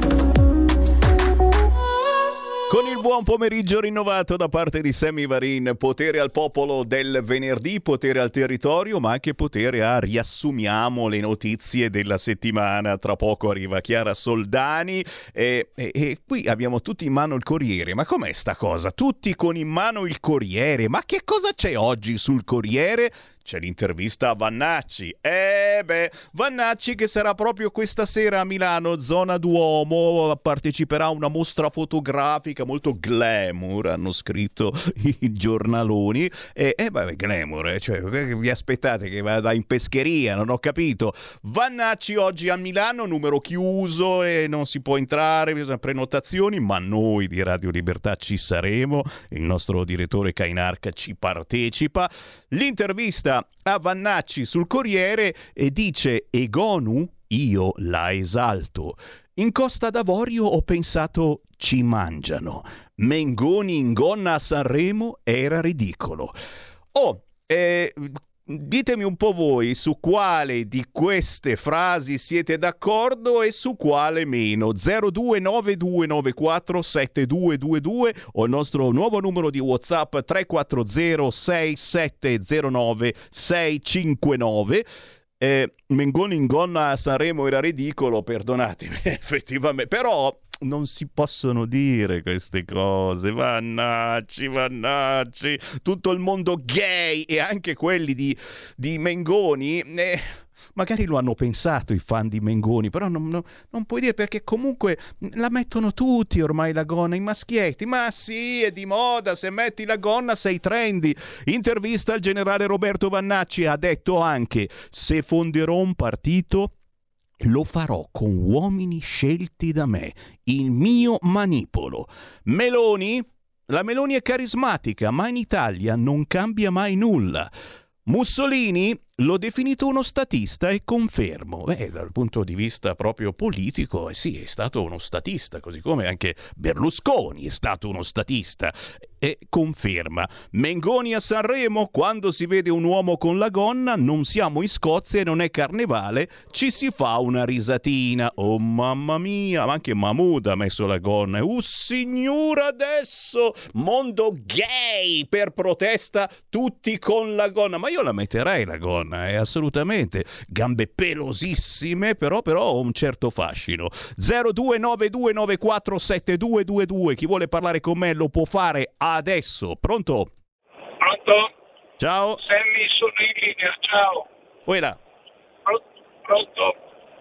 Con il buon pomeriggio rinnovato da parte di Sammy Varin, potere al popolo del venerdì, potere al territorio, ma anche potere a riassumiamo le notizie della settimana. Tra poco arriva Chiara Soldani e, e, e qui abbiamo tutti in mano il Corriere. Ma com'è sta cosa? Tutti con in mano il Corriere? Ma che cosa c'è oggi sul Corriere? C'è l'intervista a Vannacci. Eh beh, Vannacci che sarà proprio questa sera a Milano, zona Duomo, parteciperà a una mostra fotografica molto glamour, hanno scritto i giornaloni. E eh, beh, glamour, cioè vi aspettate che vada in pescheria? Non ho capito. Vannacci oggi a Milano, numero chiuso e non si può entrare, bisogna prenotazioni, ma noi di Radio Libertà ci saremo, il nostro direttore Cainarca ci partecipa. L'intervista a Vannacci sul Corriere e dice: Egonu, io la esalto. In Costa d'Avorio ho pensato ci mangiano. Mengoni in gonna a Sanremo era ridicolo. Oh, eh, ditemi un po' voi su quale di queste frasi siete d'accordo e su quale meno. zero due nove due nove quattro sette due due due o il nostro nuovo numero di WhatsApp tre quattro zero sei sette zero nove sei cinque nove. Eh, Mengoni in gonna a Sanremo era ridicolo, perdonatemi, effettivamente, però non si possono dire queste cose. Vannacci, Vannacci, tutto il mondo gay e anche quelli di, di Mengoni, eh, magari lo hanno pensato i fan di Mengoni, però non, non, non puoi dire, perché comunque la mettono tutti ormai la gonna, i maschietti. Ma sì, è di moda, se metti la gonna sei trendy. Intervista al generale Roberto Vannacci, ha detto anche: se fonderò un partito lo farò con uomini scelti da me, il mio manipolo. Meloni? La Meloni è carismatica, ma in Italia non cambia mai nulla. Mussolini? L'ho definito uno statista e confermo. Beh, dal punto di vista proprio politico, eh sì, è stato uno statista, così come anche Berlusconi è stato uno statista. E conferma. Mengoni a Sanremo: quando si vede un uomo con la gonna, non siamo in Scozia e non è carnevale, ci si fa una risatina. Oh mamma mia, ma anche Mahmood ha messo la gonna. Uh signora, adesso mondo gay per protesta, tutti con la gonna. Ma io la metterei la gonna, eh, assolutamente. Gambe pelosissime, però però un certo fascino. zero due nove due nove quattro sette due due due. Chi vuole parlare con me lo può fare adesso. Pronto? Pronto? Ciao. Sammy, sono in linea, ciao. Quella. Pro- pronto?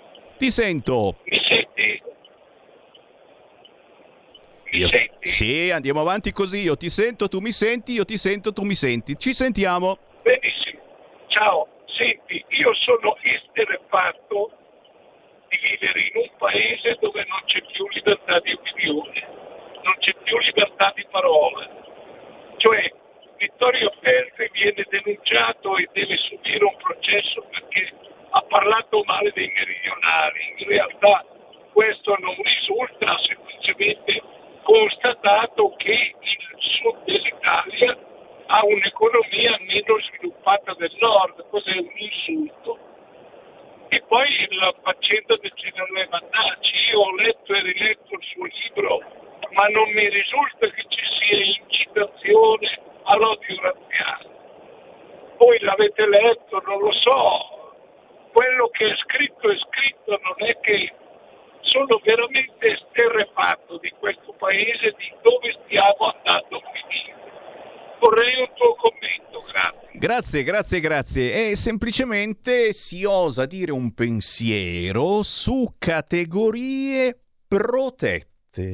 Ti sento. Mi senti? Mi io... senti? Sì, andiamo avanti così. Io ti sento, tu mi senti, io ti sento, tu mi senti. Ci sentiamo. Benissimo. Ciao. Senti, io sono esterrefatto di vivere in un paese dove non c'è più libertà di opinione, non c'è più libertà di parola. Cioè, Vittorio Feltri viene denunciato e deve subire un processo perché ha parlato male dei meridionali. In realtà questo non risulta, semplicemente constatato che il sud dell'Italia ha un'economia meno sviluppata del nord. Cos'è un insulto? E poi la faccenda del generale Vannacci, io ho letto e riletto il suo libro, ma non mi risulta che ci sia incitazione all'odio razziale. Voi l'avete letto, non lo so, quello che è scritto è scritto, non è che sono veramente esterrefatto di questo paese, di dove stiamo andando a finire. Vorrei un tuo commento, grazie. Grazie, grazie, grazie. E semplicemente si osa dire un pensiero su categorie protette.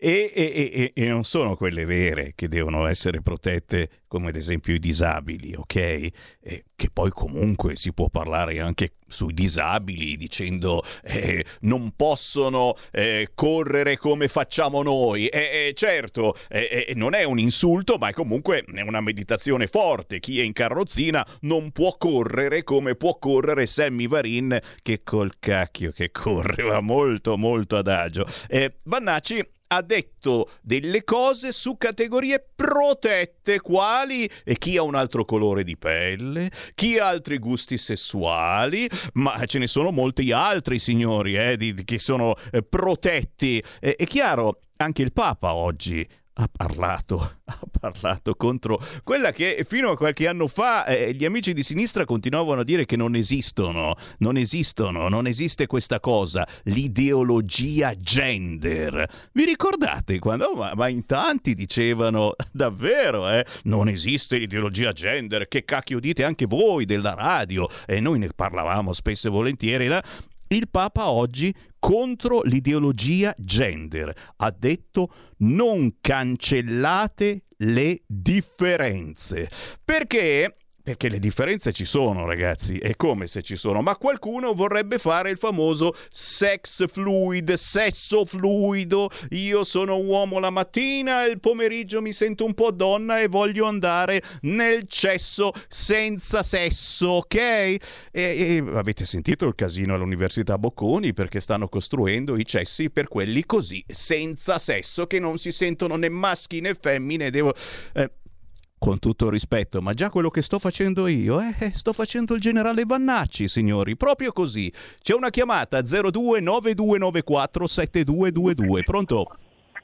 e, e, e non sono quelle vere che devono essere protette, come ad esempio i disabili, ok? E che poi comunque si può parlare anche sui disabili dicendo eh, non possono eh, correre come facciamo noi. Eh, eh, certo, eh, eh, non è un insulto, ma è comunque è una meditazione forte. Chi è in carrozzina non può correre come può correre Sammy Varin, che col cacchio che corre, va molto molto adagio. Eh, Vannacci ha detto delle cose su categorie protette, quali e chi ha un altro colore di pelle, chi ha altri gusti sessuali, ma ce ne sono molti altri, signori, eh, di, di, che sono eh, protetti. Eh, è chiaro, anche il Papa oggi ha parlato, ha parlato contro quella che fino a qualche anno fa eh, gli amici di sinistra continuavano a dire che non esistono, non esistono, non esiste questa cosa, l'ideologia gender. Vi ricordate quando? Ma, ma in tanti dicevano davvero, eh, non esiste l'ideologia gender, che cacchio dite anche voi della radio? E noi ne parlavamo spesso e volentieri, là. Il Papa oggi contro l'ideologia gender ha detto non cancellate le differenze. Perché? Perché le differenze ci sono, ragazzi, è come se ci sono, ma qualcuno vorrebbe fare il famoso sex fluid, sesso fluido. Io sono uomo la mattina, il pomeriggio mi sento un po' donna e voglio andare nel cesso senza sesso, ok? E, e avete sentito il casino all'Università Bocconi, perché stanno costruendo i cessi per quelli così, senza sesso, che non si sentono né maschi né femmine. Devo... Eh, Con tutto il rispetto, ma già quello che sto facendo io, eh, sto facendo il generale Vannacci, signori, proprio così. C'è una chiamata zero due nove due nove quattro sette due due due. Pronto?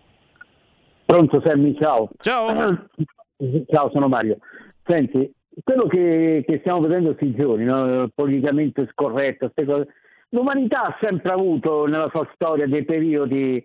Pronto Sammy, ciao. Ciao. Ciao, sono Mario. Senti, quello che, che stiamo vedendo questi giorni, no? Politicamente scorretto, queste cose. L'umanità ha sempre avuto nella sua storia dei periodi,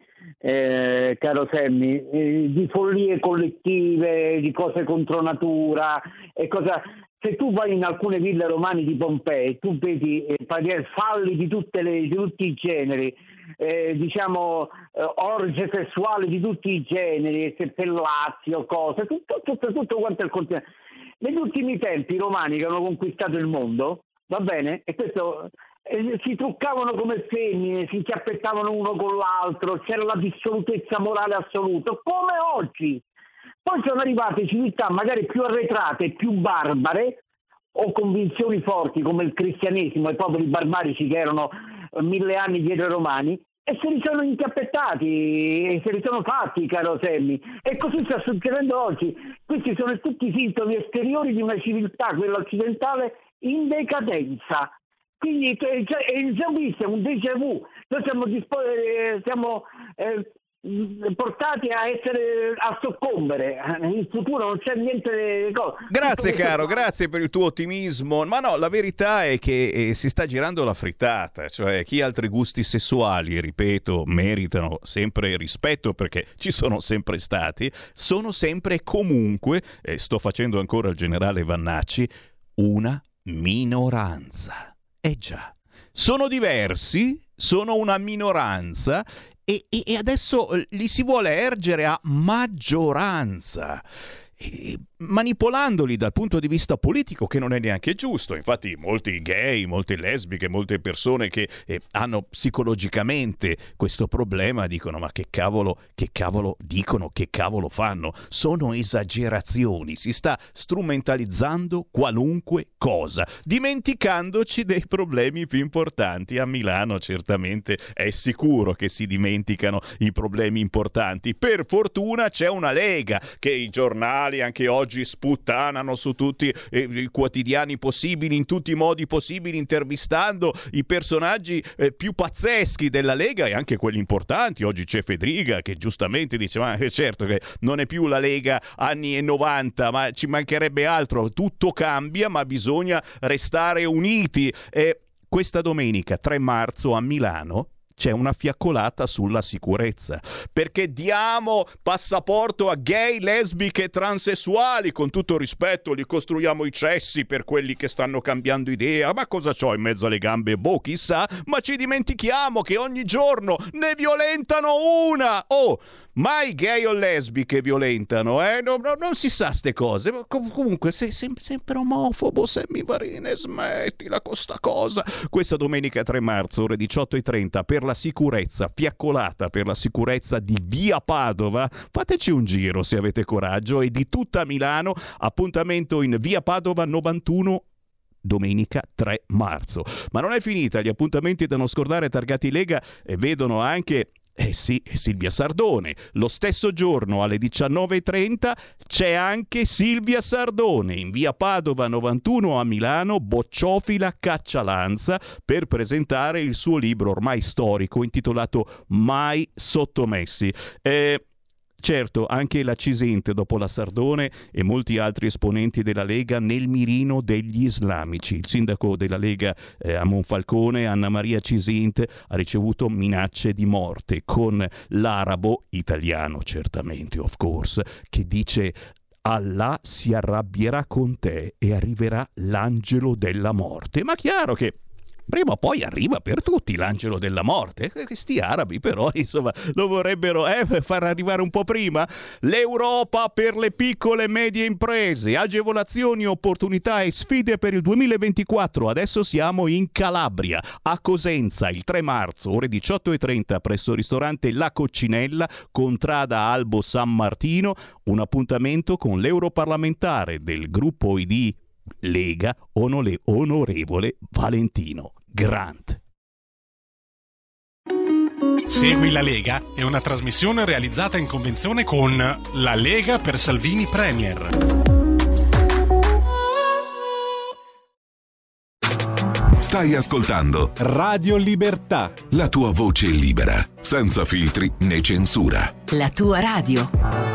eh, caro Sammy, eh, di follie collettive, di cose contro natura e cosa. Se tu vai in alcune ville romane di Pompei, tu vedi eh, falli di, tutte le, di tutti i generi, eh, diciamo eh, orge sessuali di tutti i generi, seppellazzi o cose, tutto, tutto, tutto quanto il continente. Negli ultimi tempi i romani che hanno conquistato il mondo, va bene, e questo... Eh, si truccavano come femmine, si inchiappettavano uno con l'altro, c'era la dissolutezza morale assoluta, come oggi. Poi sono arrivate civiltà magari più arretrate, più barbare, o convinzioni forti come il cristianesimo e i popoli barbarici che erano mille anni dietro i romani, e se li sono inchiappettati e se li sono fatti, caro Sammy. E così sta succedendo oggi. Questi sono tutti i sintomi esteriori di una civiltà, quella occidentale, in decadenza. Quindi cioè, il zombie è un déjà vu. Noi siamo, dispo- eh, siamo eh, portati a essere a soccombere. In futuro non c'è niente di cosa. Grazie caro, grazie per il tuo ottimismo. Ma no, la verità è che eh, si sta girando la frittata. Cioè chi ha altri gusti sessuali, ripeto, meritano sempre rispetto, perché ci sono sempre stati, sono sempre e comunque, e sto facendo ancora il generale Vannacci, una minoranza. Eh già, sono diversi, sono una minoranza e, e, e adesso li si vuole ergere a maggioranza, e, manipolandoli dal punto di vista politico, che non è neanche giusto. Infatti molti gay, molte lesbiche, molte persone che eh, hanno psicologicamente questo problema dicono ma che cavolo, che cavolo dicono, che cavolo fanno? Sono esagerazioni, si sta strumentalizzando qualunque cosa, dimenticandoci dei problemi più importanti. A Milano certamente è sicuro che si dimenticano i problemi importanti. Per fortuna c'è una Lega che i giornali anche oggi sputtanano su tutti eh, i quotidiani possibili, in tutti i modi possibili, intervistando i personaggi eh, più pazzeschi della Lega e anche quelli importanti. Oggi c'è Fedriga che giustamente dice ma è certo che non è più la Lega anni novanta, ma ci mancherebbe altro, tutto cambia ma bisogna restare uniti. E questa domenica tre marzo a Milano c'è una fiaccolata sulla sicurezza, perché diamo passaporto a gay, lesbiche e transessuali, con tutto rispetto, li costruiamo i cessi per quelli che stanno cambiando idea, ma cosa c'ho in mezzo alle gambe? Boh, chissà, ma ci dimentichiamo che ogni giorno ne violentano una! Oh, mai gay o lesbiche violentano, eh? No, no, non si sa ste cose, ma com- comunque sei sem- sempre omofobo, Sammy Varin, smettila con sta cosa. Questa domenica tre marzo, ore diciotto e trenta, per la sicurezza, fiaccolata per la sicurezza di via Padova, fateci un giro se avete coraggio, e di tutta Milano, appuntamento in via Padova novantuno, domenica tre marzo. Ma non è finita, gli appuntamenti da non scordare targati Lega e vedono anche Eh sì, Silvia Sardone. Lo stesso giorno alle diciannove e trenta c'è anche Silvia Sardone in via Padova novantuno a Milano, Bocciofila Caccialanza, per presentare il suo libro ormai storico intitolato Mai sottomessi. Eh, Certo, anche la Cisint, dopo la Sardone, e molti altri esponenti della Lega nel mirino degli islamici. Il sindaco della Lega eh, a Monfalcone, Anna Maria Cisint, ha ricevuto minacce di morte, con l'arabo, italiano certamente, of course, che dice: Allah si arrabbierà con te e arriverà l'angelo della morte. Ma chiaro che prima o poi arriva per tutti l'angelo della morte. Questi arabi però, insomma, lo vorrebbero eh, far arrivare un po' prima. L'Europa per le piccole e medie imprese, agevolazioni, opportunità e sfide per il duemilaventiquattro. Adesso siamo in Calabria, a Cosenza, il tre marzo, ore diciotto e trenta, presso il ristorante La Coccinella, contrada Albo San Martino. Un appuntamento con l'europarlamentare del gruppo I D Lega, onole, onorevole Valentino Grant. Segui la Lega è una trasmissione realizzata in convenzione con La Lega per Salvini Premier. Stai ascoltando Radio Libertà, la tua voce libera, senza filtri né censura. La tua radio.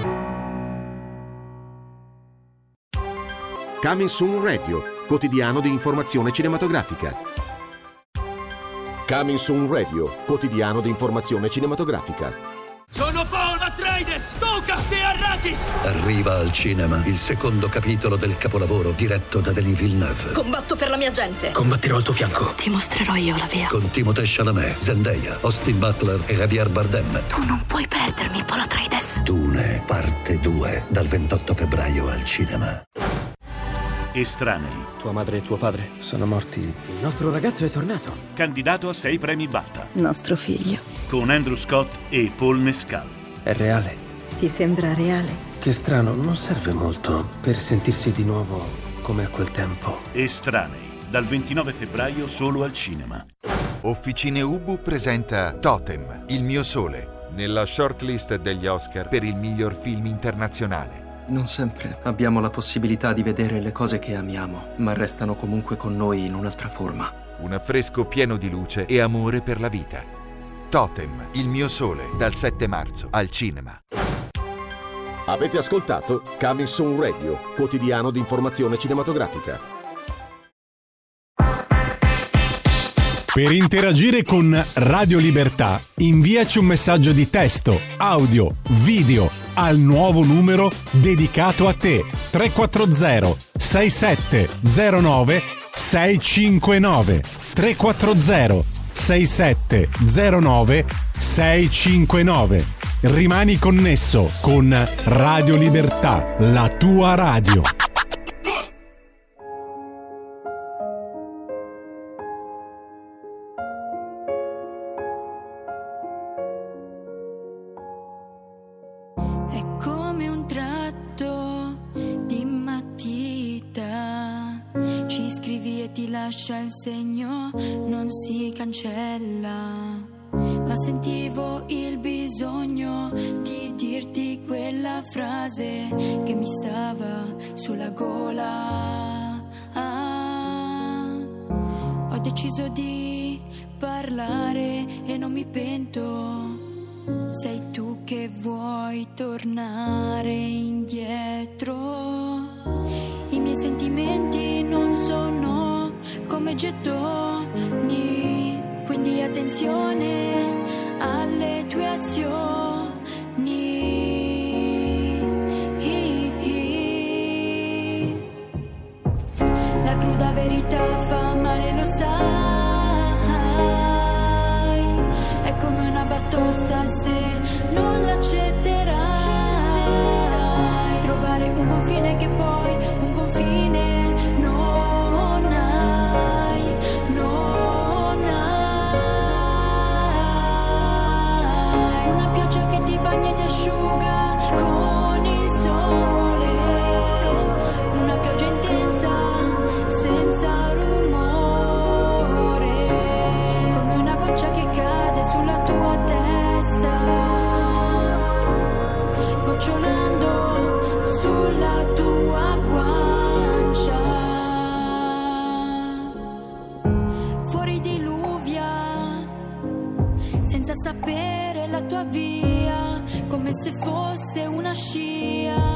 Coming Soon Radio, quotidiano di informazione cinematografica. Coming Soon Radio, quotidiano di informazione cinematografica. Sono Paul Atreides, Duca de Arrakis! Arriva al cinema il secondo capitolo del capolavoro diretto da Denis Villeneuve. Combatto per la mia gente. Combatterò al tuo fianco. Ti mostrerò io la via. Con Timothée Chalamet, Zendaya, Austin Butler e Javier Bardem. Tu non puoi perdermi, Paul Atreides. Dune, parte due, dal ventotto febbraio al cinema. Estranei. Tua madre e tuo padre sono morti. Il nostro ragazzo è tornato. Candidato a sei premi BAFTA. Nostro figlio. Con Andrew Scott e Paul Mescal. È reale. Ti sembra reale? Che strano, non serve molto per sentirsi di nuovo come a quel tempo. Estranei. Dal ventinove febbraio solo al cinema. Officine Ubu presenta Totem, il mio sole, nella shortlist degli Oscar per il miglior film internazionale. Non sempre abbiamo la possibilità di vedere le cose che amiamo, ma restano comunque con noi in un'altra forma. Un affresco pieno di luce e amore per la vita. Totem, il mio sole, dal sette marzo al cinema. Avete ascoltato Coming Soon Radio, quotidiano di informazione cinematografica. Per interagire con Radio Libertà, inviaci un messaggio di testo, audio, video al nuovo numero dedicato a te tre quattro zero sei sette zero nove sei cinque nove tre quattro zero sei sette zero nove sei cinque nove. Rimani connesso con Radio Libertà, la tua radio. Lascia il segno, non si cancella, ma sentivo il bisogno di dirti quella frase che mi stava sulla gola. Ah, ho deciso di parlare e non mi pento, sei tu che vuoi tornare indietro. I miei sentimenti non sono come gettoni, quindi quindi attenzione alle tue azioni. La cruda verità fa male, lo sai, è come una batosta se non l'accetterai. Trovare un confine che poi un confine non hai, non hai. Una pioggia che ti bagna e ti asciuga con il sole, una pioggia intensa senza rumore, come una goccia che cade sulla tua testa, gocciolando sulla tua guancia. Fuori diluvia, senza sapere la tua via, come se fosse una scia.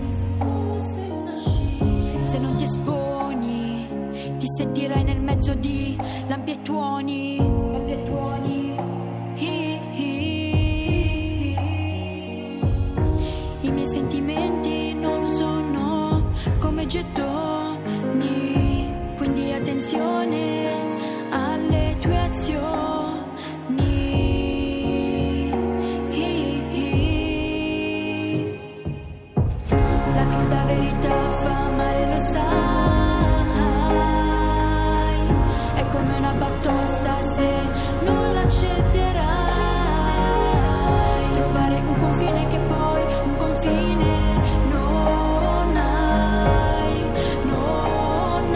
Se non ti esponi, ti sentirai nel mezzo di lampi e tuoni, lampi e tuoni. I, i, I miei sentimenti non sono come gettoni, quindi attenzione alle tue azioni. I, i, La cruda verità fa male, lo sai, è come una batosta se non l'accetterai. Trovare un confine che poi un confine non hai, non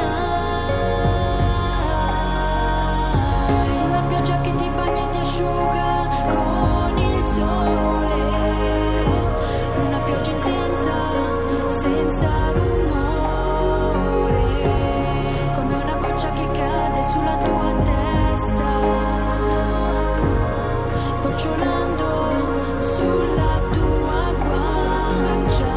hai. Una pioggia che ti bagna e ti asciuga con il sole, una pioggia intensa senza rumore, come una goccia che cade sulla tua testa, gocciolando sulla tua guancia.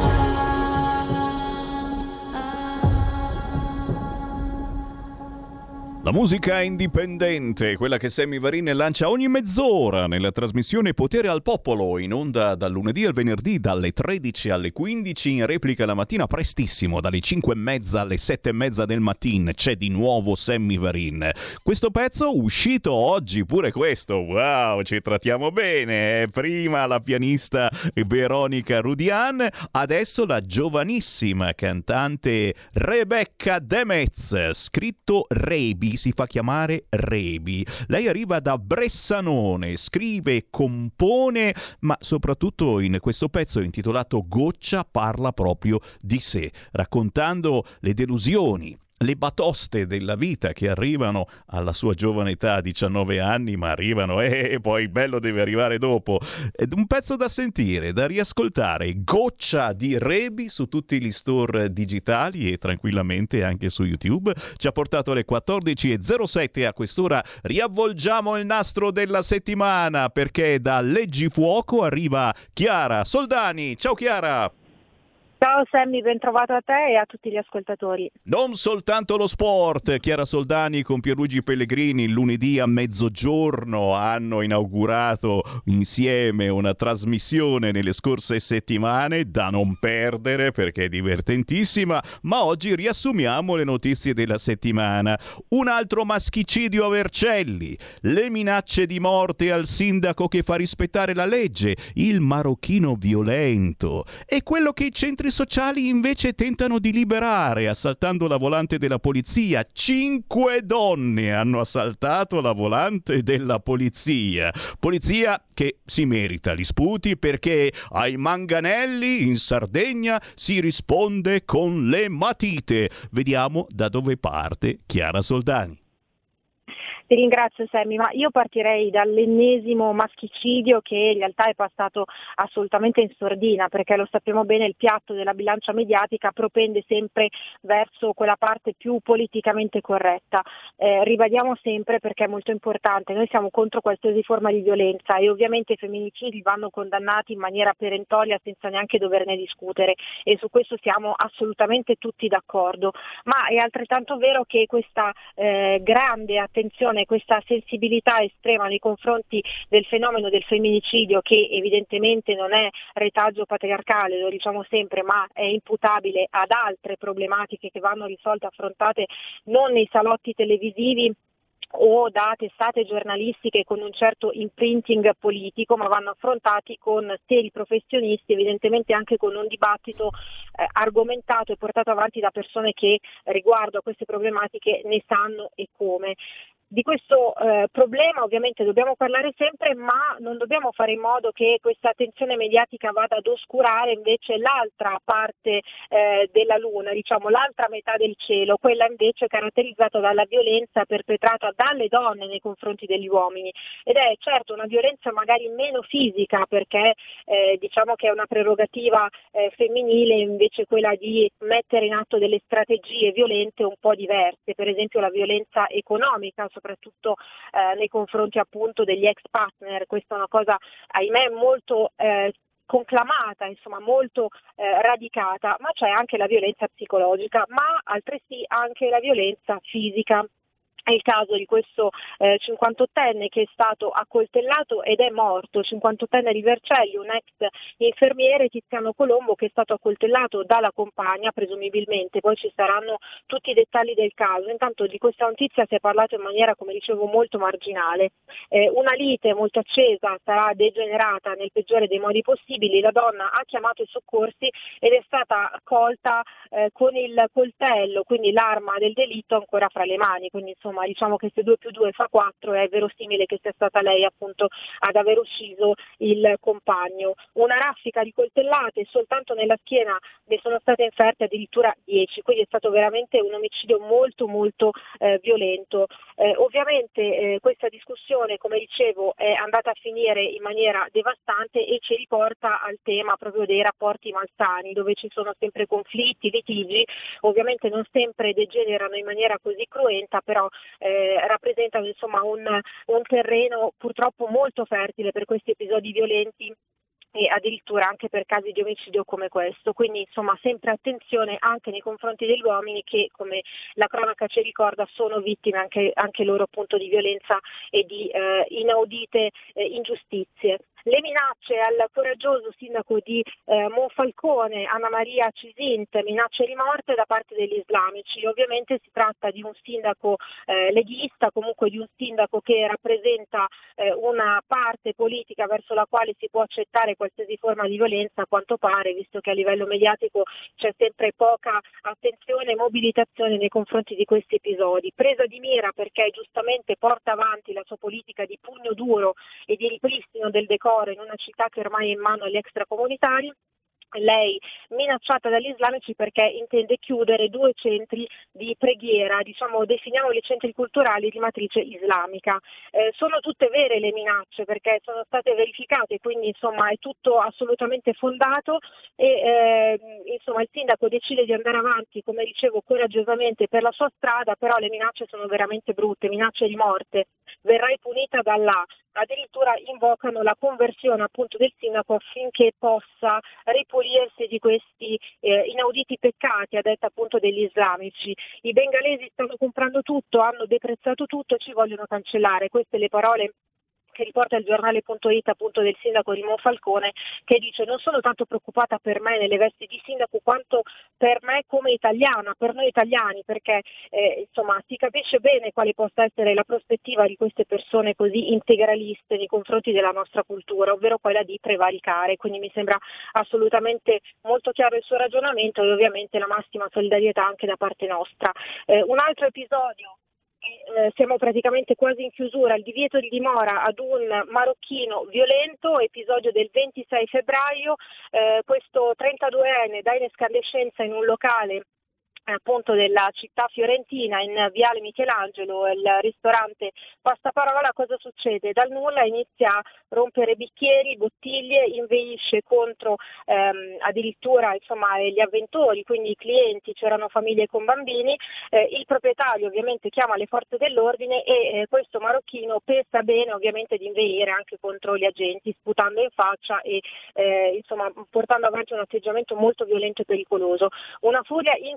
La musica indipendente, quella che Sammy Varin lancia ogni mezz'ora nella trasmissione Potere al Popolo, in onda dal lunedì al venerdì dalle tredici alle quindici, in replica la mattina prestissimo dalle cinque e mezza alle sette e mezza del mattino. C'è di nuovo Sammy Varin. Questo pezzo uscito oggi, pure questo, wow, ci trattiamo bene. Prima la pianista Veronica Rudian, adesso la giovanissima cantante Rebecca Demez, scritto Rebi, si fa chiamare Rebi. Lei arriva da Bressanone, scrive, compone, ma soprattutto in questo pezzo intitolato Goccia parla proprio di sé, raccontando le delusioni, le batoste della vita che arrivano alla sua giovane età, diciannove anni, ma arrivano e eh, poi il bello deve arrivare dopo. Ed un pezzo da sentire, da riascoltare, Goccia di Rebi su tutti gli store digitali e tranquillamente anche su YouTube. Ci ha portato alle quattordici e zero sette. A quest'ora riavvolgiamo il nastro della settimana, perché da Leggifuoco arriva Chiara Soldani. Ciao Chiara! Ciao Sammy, ben trovato a te e a tutti gli ascoltatori. Non soltanto lo sport. Chiara Soldani con Pierluigi Pellegrini lunedì a mezzogiorno hanno inaugurato insieme una trasmissione nelle scorse settimane da non perdere perché è divertentissima, ma oggi riassumiamo le notizie della settimana. Un altro maschicidio a Vercelli, le minacce di morte al sindaco che fa rispettare la legge, il marocchino violento e quello che i centri sociali invece tentano di liberare assaltando la volante della polizia. Cinque donne hanno assaltato la volante della polizia. Polizia che si merita gli sputi perché ai manganelli in Sardegna si risponde con le matite. Vediamo da dove parte Chiara Soldani. Ti ringrazio Sammy, ma io partirei dall'ennesimo maschicidio che in realtà è passato assolutamente in sordina, perché lo sappiamo bene, il piatto della bilancia mediatica propende sempre verso quella parte più politicamente corretta. Eh, ribadiamo sempre, perché è molto importante, noi siamo contro qualsiasi forma di violenza e ovviamente i femminicidi vanno condannati in maniera perentoria senza neanche doverne discutere, e su questo siamo assolutamente tutti d'accordo, ma è altrettanto vero che questa eh, grande attenzione attenzione, questa sensibilità estrema nei confronti del fenomeno del femminicidio, che evidentemente non è retaggio patriarcale, lo diciamo sempre, ma è imputabile ad altre problematiche che vanno risolte, affrontate non nei salotti televisivi o da testate giornalistiche con un certo imprinting politico, ma vanno affrontati con seri professionisti, evidentemente anche con un dibattito eh, argomentato e portato avanti da persone che riguardo a queste problematiche ne sanno e come. Di questo eh, problema ovviamente dobbiamo parlare sempre, ma non dobbiamo fare in modo che questa attenzione mediatica vada ad oscurare invece l'altra parte eh, della luna, diciamo l'altra metà del cielo, quella invece caratterizzata dalla violenza perpetrata dalle donne nei confronti degli uomini. Ed è certo una violenza magari meno fisica, perché eh, diciamo che è una prerogativa eh, femminile invece quella di mettere in atto delle strategie violente un po' diverse, per esempio la violenza economica, soprattutto eh, nei confronti appunto degli ex partner. Questa è una cosa, ahimè, molto eh, conclamata, insomma molto eh, radicata, ma c'è anche la violenza psicologica, ma altresì anche la violenza fisica. È il caso di questo eh, cinquantottenne che è stato accoltellato ed è morto, cinquantottenne di Vercelli, un ex infermiere, Tiziano Colombo, che è stato accoltellato dalla compagna presumibilmente, poi ci saranno tutti i dettagli del caso. Intanto di questa notizia si è parlato in maniera, come dicevo, molto marginale. Eh, una lite molto accesa sarà degenerata nel peggiore dei modi possibili, la donna ha chiamato i soccorsi ed è stata colta eh, con il coltello, quindi l'arma del delitto ancora fra le mani, quindi insomma diciamo che se due più due fa quattro, è verosimile che sia stata lei appunto ad aver ucciso il compagno. Una raffica di coltellate, soltanto nella schiena ne sono state inferte addirittura dieci, quindi è stato veramente un omicidio molto molto eh, violento. Eh, ovviamente eh, questa discussione, come dicevo, è andata a finire in maniera devastante e ci riporta al tema proprio dei rapporti malsani, dove ci sono sempre conflitti, litigi, ovviamente non sempre degenerano in maniera così cruenta, però Eh, rappresentano insomma un, un terreno purtroppo molto fertile per questi episodi violenti e addirittura anche per casi di omicidio come questo. Quindi insomma sempre attenzione anche nei confronti degli uomini che, come la cronaca ci ricorda, sono vittime anche, anche loro appunto di violenza e di eh, inaudite eh, ingiustizie. Le minacce al coraggioso sindaco di eh, Monfalcone, Anna Maria Cisint, minacce di morte da parte degli islamici. Ovviamente si tratta di un sindaco eh, leghista, comunque di un sindaco che rappresenta eh, una parte politica verso la quale si può accettare qualsiasi forma di violenza, a quanto pare, visto che a livello mediatico c'è sempre poca attenzione e mobilitazione nei confronti di questi episodi. Presa di mira perché giustamente porta avanti la sua politica di pugno duro e di ripristino del decoro in una città che ormai è in mano agli extracomunitari. Lei minacciata dagli islamici perché intende chiudere due centri di preghiera, diciamo definiamoli centri culturali di matrice islamica. Eh, sono tutte vere le minacce perché sono state verificate, quindi insomma è tutto assolutamente fondato e eh, insomma il sindaco decide di andare avanti, come dicevo, coraggiosamente per la sua strada, però le minacce sono veramente brutte, minacce di morte. Verrai punita dall'A. Addirittura invocano la conversione appunto del sindaco affinché possa ripulirsi di questi eh, inauditi peccati, a detta appunto degli islamici. I bengalesi stanno comprando tutto, hanno deprezzato tutto e ci vogliono cancellare. Queste le parole che riporta il giornale punto it appunto del sindaco di Monfalcone, che dice: non sono tanto preoccupata per me nelle vesti di sindaco quanto per me come italiana, per noi italiani, perché eh, insomma si capisce bene quale possa essere la prospettiva di queste persone così integraliste nei confronti della nostra cultura, ovvero quella di prevaricare. Quindi mi sembra assolutamente molto chiaro il suo ragionamento e ovviamente la massima solidarietà anche da parte nostra. Eh, un altro episodio. Eh, siamo praticamente quasi in chiusura, il divieto di dimora ad un marocchino violento, episodio del ventisei febbraio, eh, questo trentaduenne dà in escandescenza in un locale appunto della città fiorentina in Viale Michelangelo, il ristorante Passaparola. Cosa succede? Dal nulla inizia a rompere bicchieri, bottiglie, inveisce contro ehm, addirittura insomma gli avventori, quindi i clienti, c'erano famiglie con bambini. Eh, il proprietario ovviamente chiama le forze dell'ordine e eh, questo marocchino pensa bene ovviamente di inveire anche contro gli agenti, sputando in faccia e eh, insomma portando avanti un atteggiamento molto violento e pericoloso. Una furia incredibile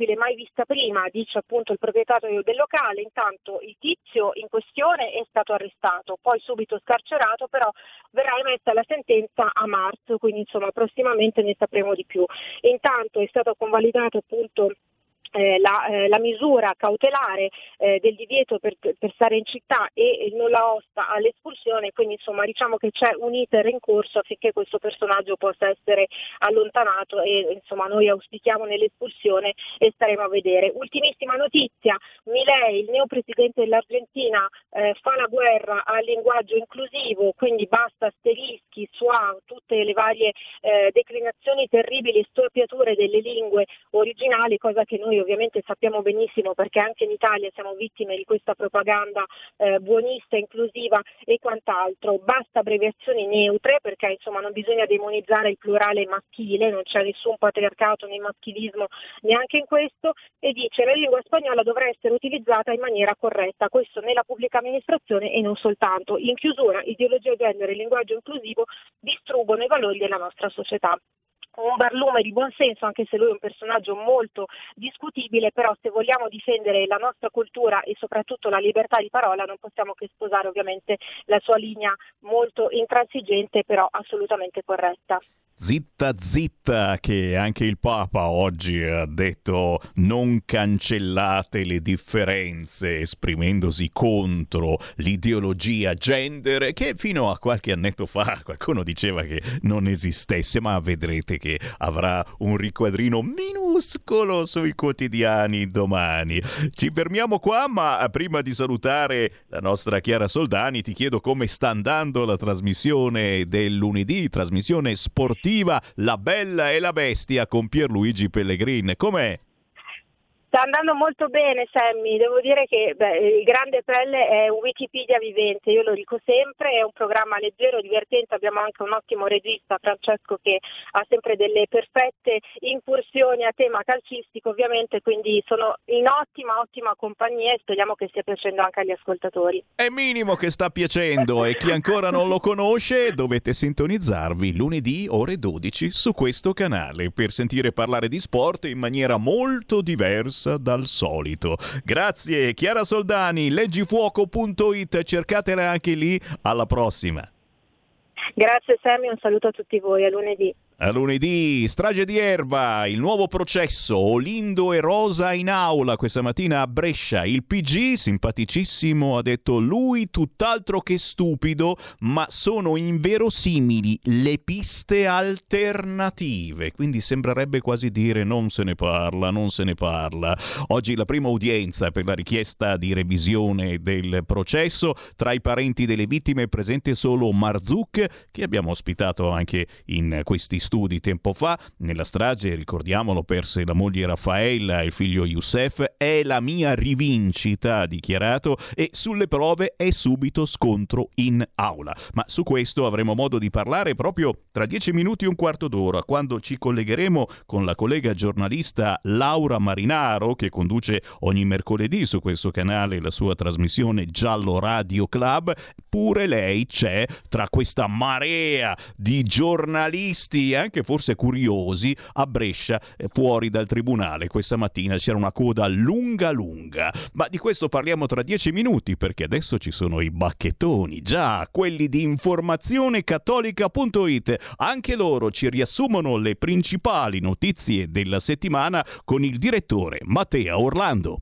incredibile, mai vista prima, dice appunto il proprietario del locale. Intanto il tizio in questione è stato arrestato, poi subito scarcerato, però verrà emessa la sentenza a marzo, quindi insomma prossimamente ne sapremo di più. Intanto è stato convalidato appunto Eh, la, eh, la misura cautelare eh, del divieto per, per stare in città e il nulla osta all'espulsione, quindi insomma diciamo che c'è un iter in corso affinché questo personaggio possa essere allontanato e insomma noi auspichiamo nell'espulsione e staremo a vedere. Ultimissima notizia, Milei, il neopresidente dell'Argentina, eh, fa la guerra al linguaggio inclusivo, quindi basta asterischi su a tutte le varie eh, declinazioni terribili e storpiature delle lingue originali, cosa che noi ovviamente sappiamo benissimo perché anche in Italia siamo vittime di questa propaganda eh, buonista, inclusiva e quant'altro. Basta abbreviazioni neutre perché insomma non bisogna demonizzare il plurale maschile, non c'è nessun patriarcato né maschilismo neanche in questo, e dice la lingua spagnola dovrà essere utilizzata in maniera corretta, questo nella pubblica amministrazione e non soltanto. In chiusura, ideologia gender e linguaggio inclusivo distruggono i valori della nostra società. Un barlume di buonsenso, anche se lui è un personaggio molto discutibile, però se vogliamo difendere la nostra cultura e soprattutto la libertà di parola non possiamo che sposare ovviamente la sua linea molto intransigente però assolutamente corretta. Zitta zitta, che anche il Papa oggi ha detto non cancellate le differenze, esprimendosi contro l'ideologia gender che fino a qualche annetto fa qualcuno diceva che non esistesse, ma vedrete che avrà un riquadrino minuscolo sui quotidiani domani. Ci fermiamo qua, ma prima di salutare la nostra Chiara Soldani ti chiedo come sta andando la trasmissione del lunedì, trasmissione sportiva La Bella e la Bestia con Pierluigi Pellegrin. Com'è? Sta andando molto bene, Sammy, devo dire che beh, il Grande Pelle è un Wikipedia vivente, io lo dico sempre, è un programma leggero, divertente, abbiamo anche un ottimo regista, Francesco, che ha sempre delle perfette incursioni a tema calcistico ovviamente, quindi sono in ottima, ottima compagnia e speriamo che stia piacendo anche agli ascoltatori. È minimo che sta piacendo e chi ancora non lo conosce dovete sintonizzarvi lunedì ore dodici su questo canale per sentire parlare di sport in maniera molto diversa dal solito. Grazie Chiara Soldani, leggifuoco punto it, cercatela anche lì. Alla prossima. Grazie Sammy, un saluto a tutti voi, a lunedì. A lunedì, strage di Erba, il nuovo processo, Olindo e Rosa in aula questa mattina a Brescia. Il P G, simpaticissimo, ha detto lui tutt'altro che stupido, ma sono inverosimili le piste alternative. Quindi sembrerebbe quasi dire non se ne parla, non se ne parla. Oggi la prima udienza per la richiesta di revisione del processo. Tra i parenti delle vittime è presente solo Marzuc, che abbiamo ospitato anche in questi studi tempo fa. Nella strage, ricordiamolo, perse la moglie Raffaella e il figlio Youssef. È la mia rivincita, ha dichiarato, e sulle prove è subito scontro in aula. Ma su questo avremo modo di parlare proprio tra dieci minuti e un quarto d'ora, quando ci collegheremo con la collega giornalista Laura Marinaro, che conduce ogni mercoledì su questo canale la sua trasmissione Giallo Radio Club. Pure lei c'è tra questa marea di giornalisti, anche forse curiosi, a Brescia, eh, fuori dal tribunale. Questa mattina c'era una coda lunga lunga, ma di questo parliamo tra dieci minuti, perché adesso ci sono i bacchettoni, già, quelli di informazione cattolica punto it. Anche loro ci riassumono le principali notizie della settimana con il direttore Matteo Orlando.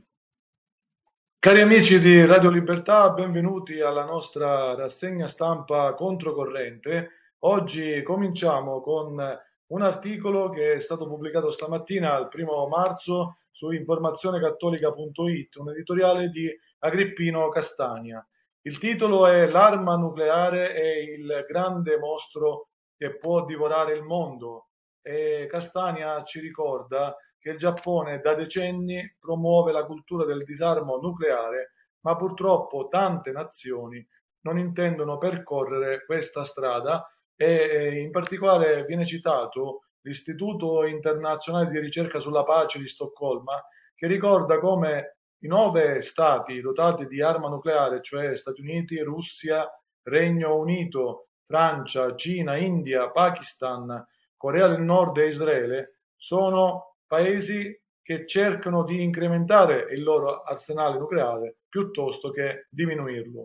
Cari amici di Radio Libertà, benvenuti alla nostra rassegna stampa controcorrente. Oggi cominciamo con un articolo che è stato pubblicato stamattina, il primo marzo, su informazione cattolica punto it, un editoriale di Agrippino Castagna. Il titolo è "L'arma nucleare è il grande mostro che può divorare il mondo", e Castagna ci ricorda che il Giappone da decenni promuove la cultura del disarmo nucleare, ma purtroppo tante nazioni non intendono percorrere questa strada, e in particolare viene citato l'Istituto Internazionale di Ricerca sulla Pace di Stoccolma, che ricorda come i nove stati dotati di arma nucleare, cioè Stati Uniti, Russia, Regno Unito, Francia, Cina, India, Pakistan, Corea del Nord e Israele, sono paesi che cercano di incrementare il loro arsenale nucleare piuttosto che diminuirlo.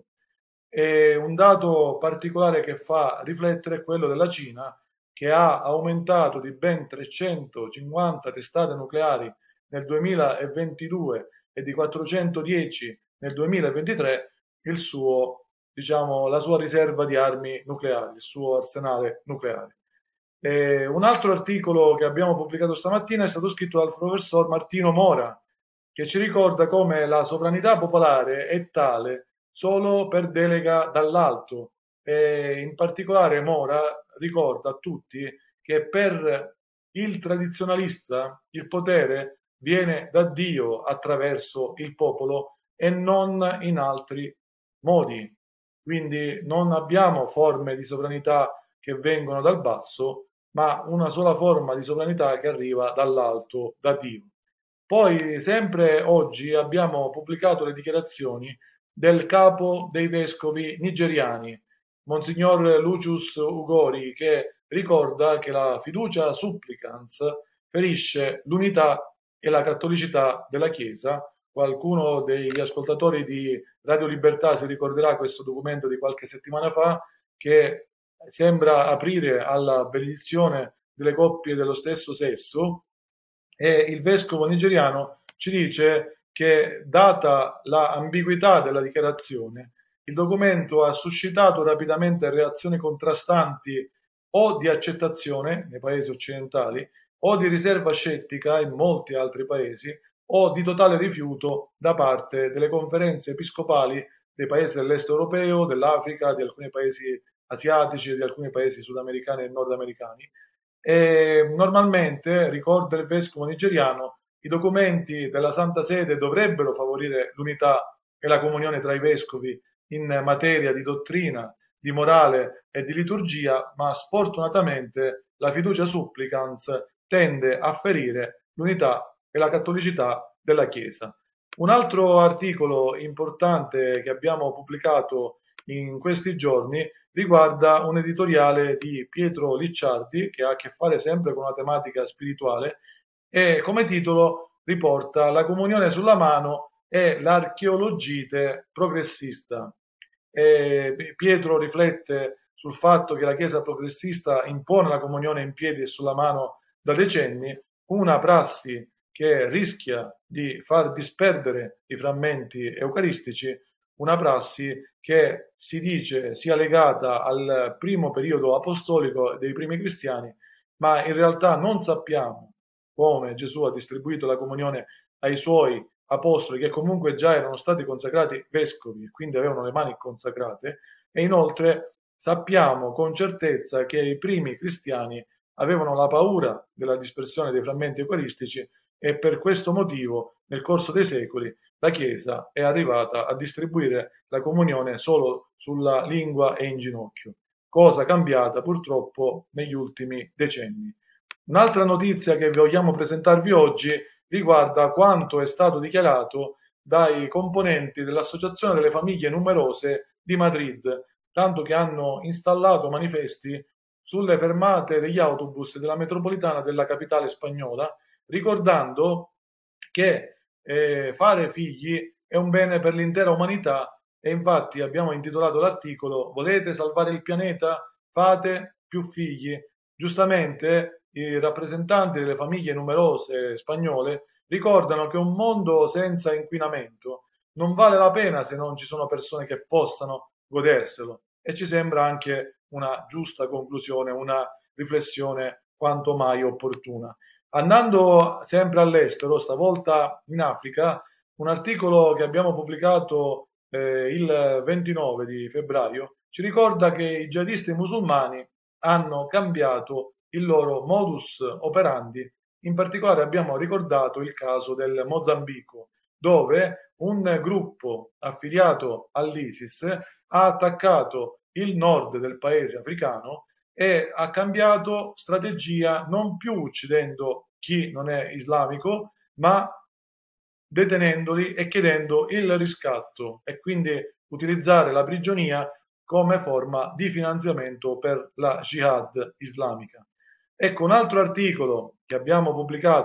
E un dato particolare che fa riflettere è quello della Cina, che ha aumentato di ben trecentocinquanta testate nucleari nel duemilaventidue e di quattrocentodieci nel duemilaventitré il suo, diciamo, la sua riserva di armi nucleari, il suo arsenale nucleare. E un altro articolo che abbiamo pubblicato stamattina è stato scritto dal professor Martino Mora, che ci ricorda come la sovranità popolare è tale solo per delega dall'alto, e in particolare Mora ricorda a tutti che per il tradizionalista il potere viene da Dio attraverso il popolo e non in altri modi. Quindi non abbiamo forme di sovranità che vengono dal basso, ma una sola forma di sovranità che arriva dall'alto, da Dio. Poi, sempre oggi, abbiamo pubblicato le dichiarazioni del capo dei vescovi nigeriani, Monsignor Lucius Ugori, che ricorda che la fiducia supplicans ferisce l'unità e la cattolicità della Chiesa. Qualcuno degli ascoltatori di Radio Libertà si ricorderà questo documento di qualche settimana fa, che sembra aprire alla benedizione delle coppie dello stesso sesso, e il vescovo nigeriano ci dice che, data la ambiguità della dichiarazione, il documento ha suscitato rapidamente reazioni contrastanti o di accettazione nei paesi occidentali o di riserva scettica in molti altri paesi o di totale rifiuto da parte delle conferenze episcopali dei paesi dell'est europeo, dell'Africa, di alcuni paesi asiatici e di alcuni paesi sudamericani e nordamericani. E normalmente, ricorda il vescovo nigeriano, i documenti della Santa Sede dovrebbero favorire l'unità e la comunione tra i vescovi in materia di dottrina, di morale e di liturgia, ma sfortunatamente la fiducia supplicans tende a ferire l'unità e la cattolicità della Chiesa. Un altro articolo importante che abbiamo pubblicato in questi giorni riguarda un editoriale di Pietro Licciardi, che ha a che fare sempre con una tematica spirituale, e come titolo riporta La comunione sulla mano e l'archeologite progressista. E Pietro riflette sul fatto che la Chiesa progressista impone la comunione in piedi e sulla mano da decenni, una prassi che rischia di far disperdere i frammenti eucaristici, una prassi che si dice sia legata al primo periodo apostolico dei primi cristiani, ma in realtà non sappiamo come Gesù ha distribuito la comunione ai suoi apostoli, che comunque già erano stati consacrati vescovi e quindi avevano le mani consacrate, e inoltre sappiamo con certezza che i primi cristiani avevano la paura della dispersione dei frammenti eucaristici, e per questo motivo nel corso dei secoli la Chiesa è arrivata a distribuire la comunione solo sulla lingua e in ginocchio, cosa cambiata purtroppo negli ultimi decenni. Un'altra notizia che vogliamo presentarvi oggi riguarda quanto è stato dichiarato dai componenti dell'Associazione delle Famiglie Numerose di Madrid, tanto che hanno installato manifesti sulle fermate degli autobus della metropolitana della capitale spagnola, ricordando che eh, fare figli è un bene per l'intera umanità, e infatti abbiamo intitolato l'articolo "Volete salvare il pianeta? Fate più figli". Giustamente i rappresentanti delle famiglie numerose spagnole ricordano che un mondo senza inquinamento non vale la pena se non ci sono persone che possano goderselo, e ci sembra anche una giusta conclusione, una riflessione quanto mai opportuna. Andando sempre all'estero, stavolta in Africa, un articolo che abbiamo pubblicato eh, il ventinove di febbraio ci ricorda che i jihadisti musulmani hanno cambiato il loro modus operandi. In particolare abbiamo ricordato il caso del Mozambico, dove un gruppo affiliato all'ISIS ha attaccato il nord del paese africano e ha cambiato strategia, non più uccidendo chi non è islamico, ma detenendoli e chiedendo il riscatto, e quindi utilizzare la prigionia come forma di finanziamento per la jihad islamica. Ecco, un altro articolo che abbiamo pubblicato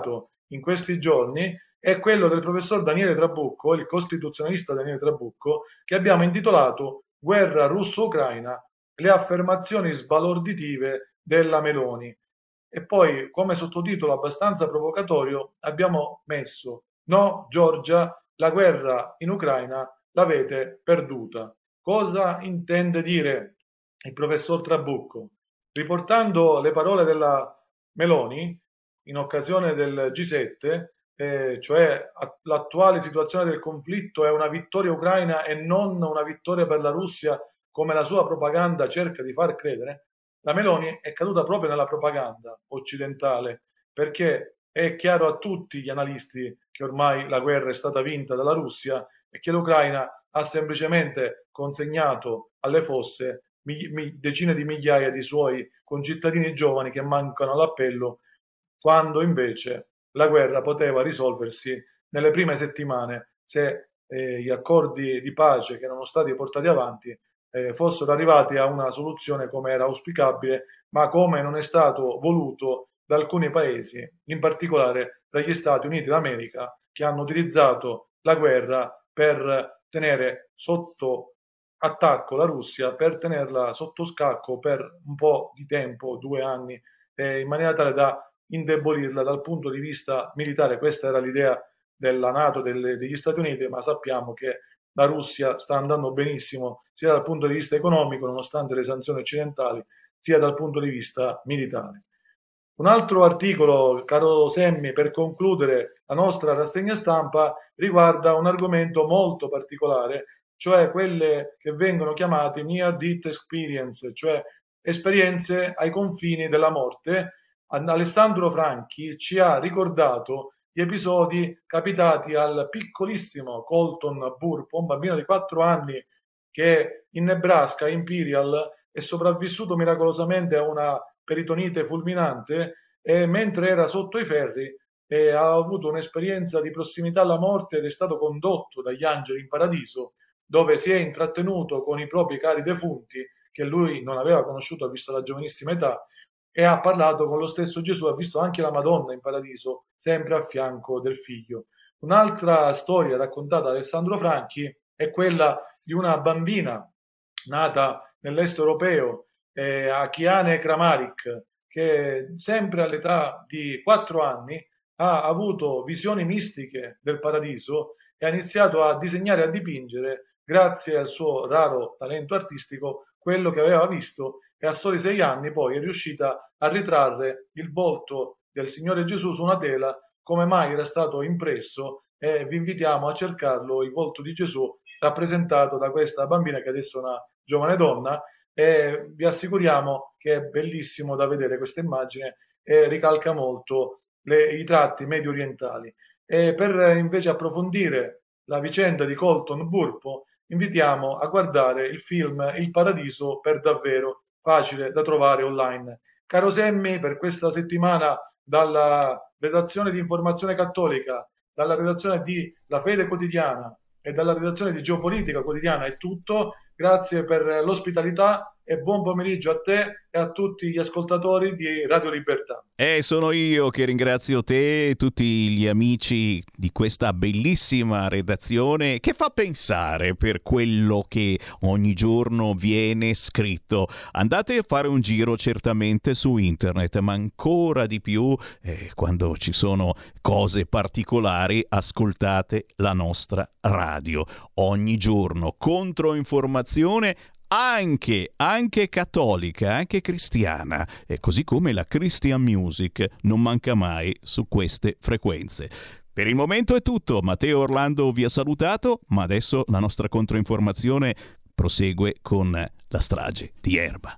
in questi giorni è quello del professor Daniele Trabucco, il costituzionalista Daniele Trabucco, che abbiamo intitolato Guerra russo-ucraina, le affermazioni sbalorditive della Meloni. E poi, come sottotitolo abbastanza provocatorio, abbiamo messo: no, Giorgia, la guerra in Ucraina l'avete perduta. Cosa intende dire il professor Trabucco? Riportando le parole della Meloni in occasione del G sette, eh, cioè l'attuale situazione del conflitto è una vittoria ucraina e non una vittoria per la Russia, come la sua propaganda cerca di far credere, la Meloni è caduta proprio nella propaganda occidentale, perché è chiaro a tutti gli analisti che ormai la guerra è stata vinta dalla Russia e che l'Ucraina ha semplicemente consegnato alle fosse mi, mi, decine di migliaia di suoi concittadini giovani che mancano all'appello, quando invece la guerra poteva risolversi nelle prime settimane se eh, gli accordi di pace che erano stati portati avanti eh, fossero arrivati a una soluzione come era auspicabile, ma come non è stato voluto da alcuni paesi, in particolare dagli Stati Uniti d'America, che hanno utilizzato la guerra per tenere sotto attacco la Russia, per tenerla sotto scacco per un po' di tempo, due anni, eh, in maniera tale da indebolirla dal punto di vista militare. Questa era l'idea della NATO, delle, degli Stati Uniti, ma sappiamo che la Russia sta andando benissimo sia dal punto di vista economico, nonostante le sanzioni occidentali, sia dal punto di vista militare. Un altro articolo, caro Semmi, per concludere la nostra rassegna stampa, riguarda un argomento molto particolare, cioè quelle che vengono chiamate near death experience, cioè esperienze ai confini della morte. Alessandro Franchi ci ha ricordato gli episodi capitati al piccolissimo Colton Burpo, un bambino di quattro anni che in Nebraska, Imperial, è sopravvissuto miracolosamente a una peritonite fulminante e mentre era sotto i ferri eh, ha avuto un'esperienza di prossimità alla morte ed è stato condotto dagli angeli in paradiso, dove si è intrattenuto con i propri cari defunti che lui non aveva conosciuto, ha visto la giovanissima età, e ha parlato con lo stesso Gesù, ha visto anche la Madonna in paradiso, sempre a fianco del figlio. Un'altra storia raccontata da Alessandro Franchi è quella di una bambina nata nell'est europeo, eh, a Chiane Kramaric, che sempre all'età di quattro anni ha avuto visioni mistiche del paradiso e ha iniziato a disegnare e a dipingere, grazie al suo raro talento artistico, quello che aveva visto, e a soli sei anni poi è riuscita a ritrarre il volto del Signore Gesù su una tela come mai era stato impresso, e vi invitiamo a cercarlo, il volto di Gesù rappresentato da questa bambina che adesso è una giovane donna, e vi assicuriamo che è bellissimo da vedere questa immagine e ricalca molto le, i tratti medio orientali. E per invece approfondire la vicenda di Colton Burpo invitiamo a guardare il film Il Paradiso per davvero, facile da trovare online. Caro Semmi, per questa settimana dalla redazione di Informazione Cattolica, dalla redazione di La Fede Quotidiana e dalla redazione di Geopolitica Quotidiana è tutto. Grazie per l'ospitalità e buon pomeriggio a te e a tutti gli ascoltatori di Radio Libertà. E sono io che ringrazio te e tutti gli amici di questa bellissima redazione che fa pensare per quello che ogni giorno viene scritto. Andate a fare un giro certamente su internet, ma ancora di più eh, quando ci sono cose particolari, ascoltate la nostra radio. Ogni giorno controinformazione anche, anche cattolica, anche cristiana, e così come la Christian Music non manca mai su queste frequenze. Per il momento è tutto, Matteo Orlando vi ha salutato, ma adesso la nostra controinformazione prosegue con la strage di Erba.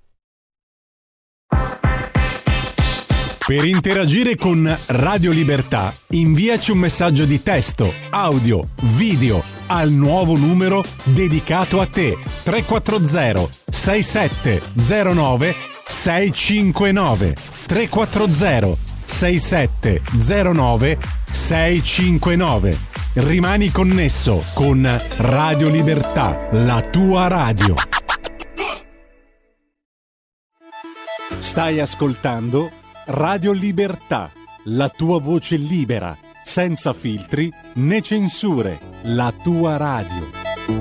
Per interagire con Radio Libertà, inviaci un messaggio di testo, audio, video al nuovo numero dedicato a te tre quattro zero sei sette zero nove sei cinque nove tre quattro zero sei sette zero nove sei cinque nove. Rimani connesso con Radio Libertà, la tua radio. Stai ascoltando Radio Libertà, la tua voce libera, senza filtri né censure, la tua radio.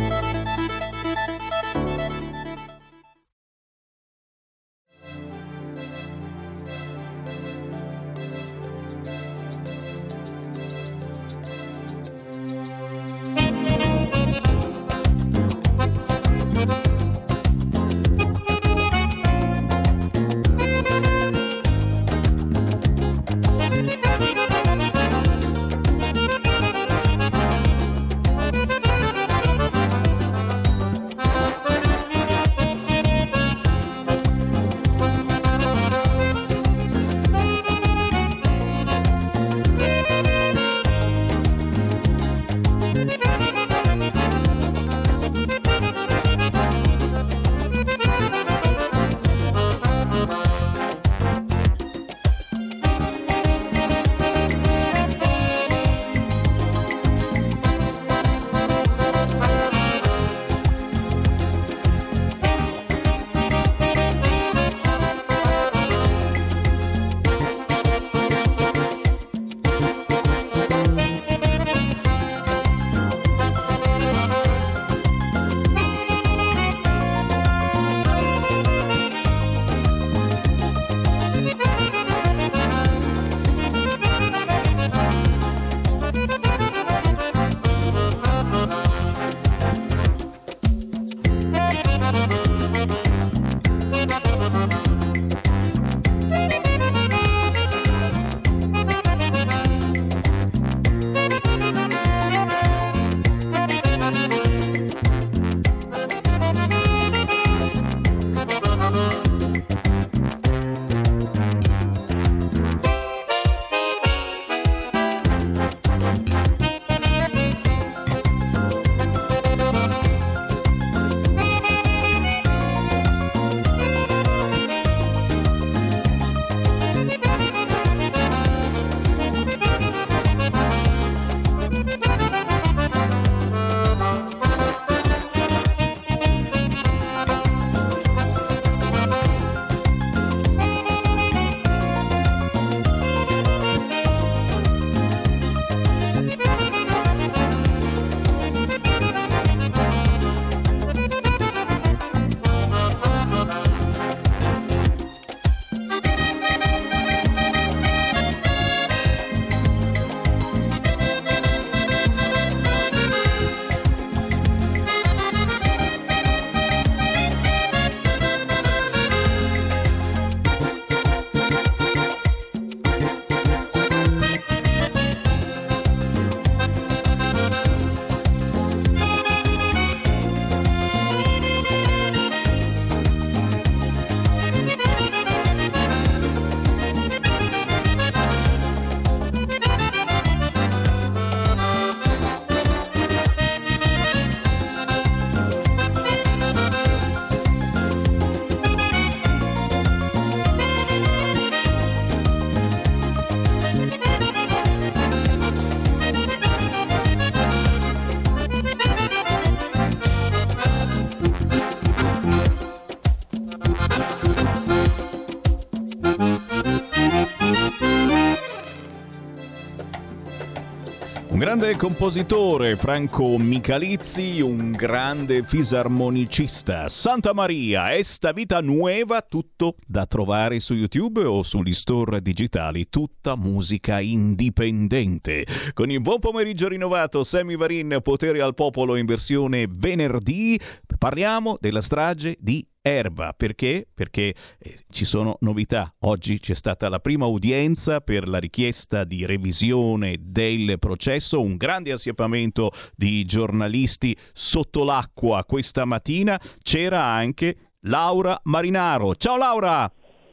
Un grande compositore, Franco Michalizzi, un grande fisarmonicista. Santa Maria, Esta Vita Nueva, tutto da trovare su YouTube o sugli store digitali, tutta musica indipendente. Con il buon pomeriggio rinnovato, Sammy Varin, Potere al Popolo in versione venerdì, parliamo della strage di Erba. Perché? Perché eh, ci sono novità. Oggi c'è stata la prima udienza per la richiesta di revisione del processo, un grande assiepamento di giornalisti sotto l'acqua questa mattina. C'era anche Laura Marinaro. Ciao Laura!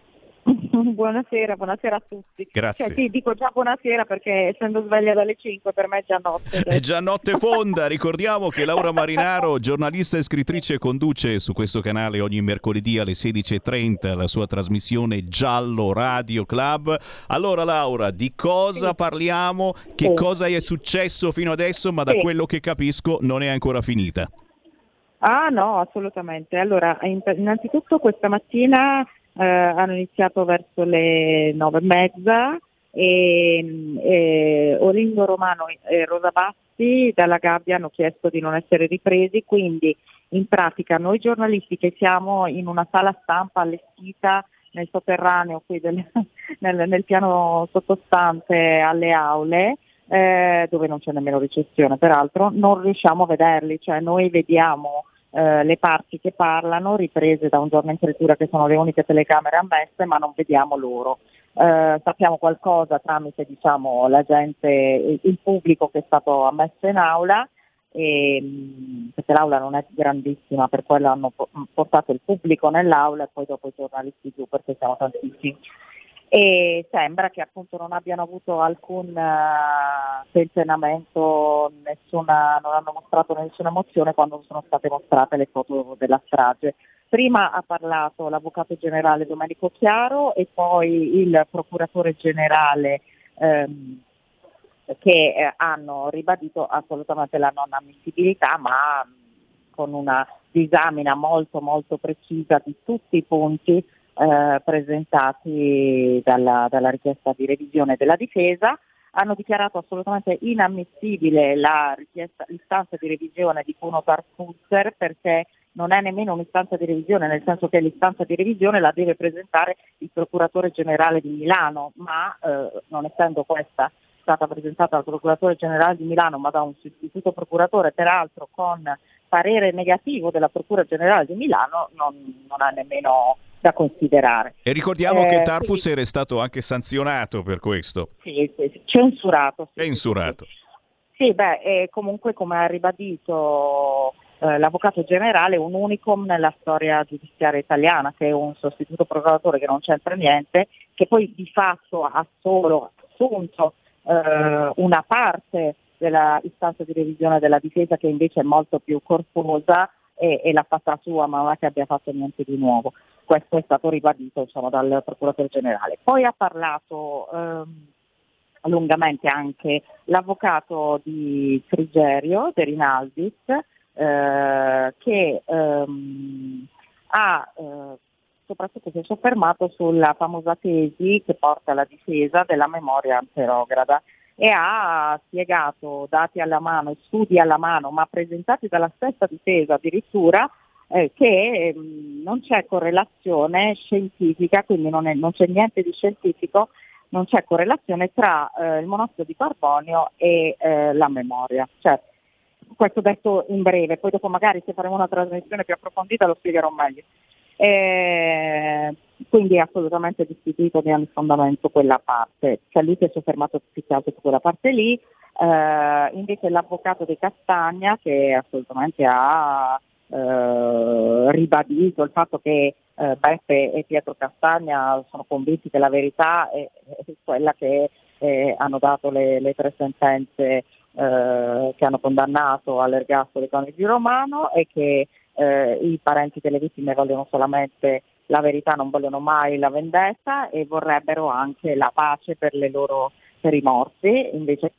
Buonasera, buonasera a tutti. Grazie. Cioè, ti dico già buonasera perché essendo sveglia dalle cinque per me è già notte. È già notte fonda. Ricordiamo che Laura Marinaro, giornalista e scrittrice, conduce su questo canale ogni mercoledì alle sedici e trenta la sua trasmissione Giallo Radio Club. Allora Laura, di cosa sì. parliamo? Che sì. cosa è successo fino adesso? Ma da sì. quello che capisco non è ancora finita. Ah no, assolutamente. Allora, innanzitutto questa mattina Eh, hanno iniziato verso le nove e mezza e, e Olindo Romano e Rosa Bassi dalla Gabbia hanno chiesto di non essere ripresi, quindi in pratica noi giornalisti che siamo in una sala stampa allestita nel sotterraneo, qui del, nel, nel piano sottostante alle aule, eh, dove non c'è nemmeno ricezione peraltro, non riusciamo a vederli, cioè noi vediamo eh, le parti che parlano riprese da un giorno in scrittura che sono le uniche telecamere ammesse, ma non vediamo loro. Eh, sappiamo qualcosa tramite diciamo la gente, il pubblico che è stato ammesso in aula, e, perché l'aula non è grandissima, per quello hanno portato il pubblico nell'aula e poi dopo i giornalisti giù, perché siamo tantissimi, e sembra che appunto non abbiano avuto alcun uh, tentennamento, nessuna, non hanno mostrato nessuna emozione quando sono state mostrate le foto della strage. Prima ha parlato l'avvocato generale Domenico Chiaro e poi il procuratore generale ehm, che eh, hanno ribadito assolutamente la non ammissibilità, ma mh, con una disamina molto molto precisa di tutti i punti eh, presentati dalla, dalla richiesta di revisione della difesa. Hanno dichiarato assolutamente inammissibile la richiesta, l'istanza di revisione di Cuno Tarfusser, perché non è nemmeno un'istanza di revisione, nel senso che l'istanza di revisione la deve presentare il procuratore generale di Milano, ma eh, non essendo questa stata presentata dal procuratore generale di Milano ma da un sostituto procuratore, peraltro con parere negativo della procura generale di Milano, non, non ha nemmeno da considerare. E ricordiamo eh, che Tarfusser quindi, è stato anche sanzionato per questo. Sì, sì, sì, censurato. Sì, censurato. Sì, sì beh, e comunque come ha ribadito eh, l'avvocato generale, un unicum nella storia giudiziaria italiana, che è un sostituto procuratore che non c'entra niente, che poi di fatto ha solo assunto eh, una parte della istanza di revisione della difesa, che invece è molto più corposa, e, e l'ha fatta sua, ma non è che abbia fatto niente di nuovo. Questo è stato ribadito insomma, dal procuratore generale. Poi ha parlato ehm, lungamente anche l'avvocato di Frigerio, De Rinaldis, eh, che ehm, ha eh, soprattutto si è soffermato sulla famosa tesi che porta alla difesa della memoria anterograda, e ha spiegato, dati alla mano, studi alla mano, ma presentati dalla stessa difesa addirittura, eh, che mh, non c'è correlazione scientifica, quindi non, è, non c'è niente di scientifico, non c'è correlazione tra eh, il monossido di carbonio e eh, la memoria. Cioè, questo detto in breve, poi dopo magari se faremo una trasmissione più approfondita lo spiegherò meglio. Eh, quindi è assolutamente destituito di ogni fondamento quella parte, cioè lui si è soffermato più che altro su quella parte lì, eh, invece l'avvocato di Castagna, che assolutamente ha eh, ribadito il fatto che eh, Beppe e Pietro Castagna sono convinti che la verità è, è quella che eh, hanno dato le, le tre sentenze eh, che hanno condannato all'ergastolo i coniugi Romano, e che Eh, i parenti delle vittime vogliono solamente la verità, non vogliono mai la vendetta, e vorrebbero anche la pace per le loro per i morti. Invece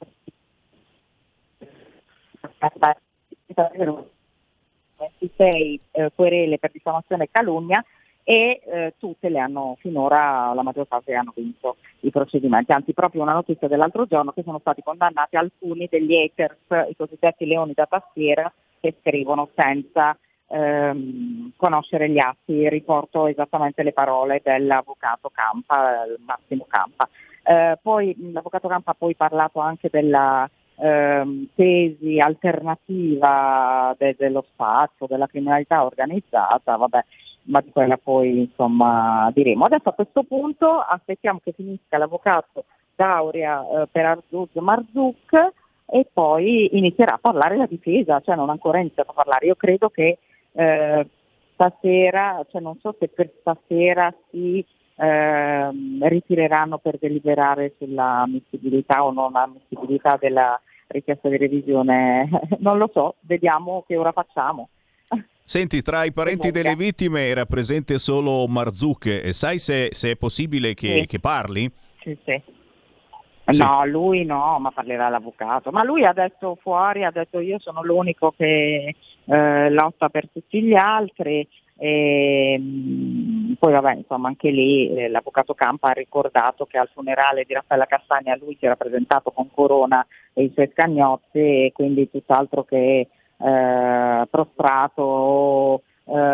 ventisei eh, querele per diffamazione e calunnia, e eh, tutte le hanno finora, la maggior parte hanno vinto i procedimenti. Anzi, proprio una notizia dell'altro giorno che sono stati condannati alcuni degli haters, i cosiddetti leoni da tastiera, che scrivono senza Ehm, conoscere gli atti. Riporto esattamente le parole dell'avvocato Campa, Massimo Campa. Eh, poi l'avvocato Campa ha poi parlato anche della ehm, tesi alternativa de- dello spazio, della criminalità organizzata, vabbè, ma di quella poi insomma diremo. Adesso a questo punto aspettiamo che finisca l'avvocato Dauria eh, per Arzuz Marzuk, e poi inizierà a parlare la difesa, cioè non ha ancora iniziato a parlare. Io credo che Eh, stasera, cioè non so se per stasera si eh, ritireranno per deliberare sulla ammissibilità o non ammissibilità della richiesta di revisione, non lo so, vediamo che ora facciamo. Senti, tra i parenti delle vittime era presente solo Marzuk, e sai se, se è possibile che, Sì. che parli? Sì, sì. Sì. No, lui no, ma parlerà l'avvocato. Ma lui ha detto fuori, ha detto io sono l'unico che eh, lotta per tutti gli altri, e, mh, poi vabbè, insomma, anche lì eh, l'avvocato Campa ha ricordato che al funerale di Raffaella Castagna lui si era presentato con Corona e i suoi scagnozzi, e quindi tutt'altro che eh, prostrato o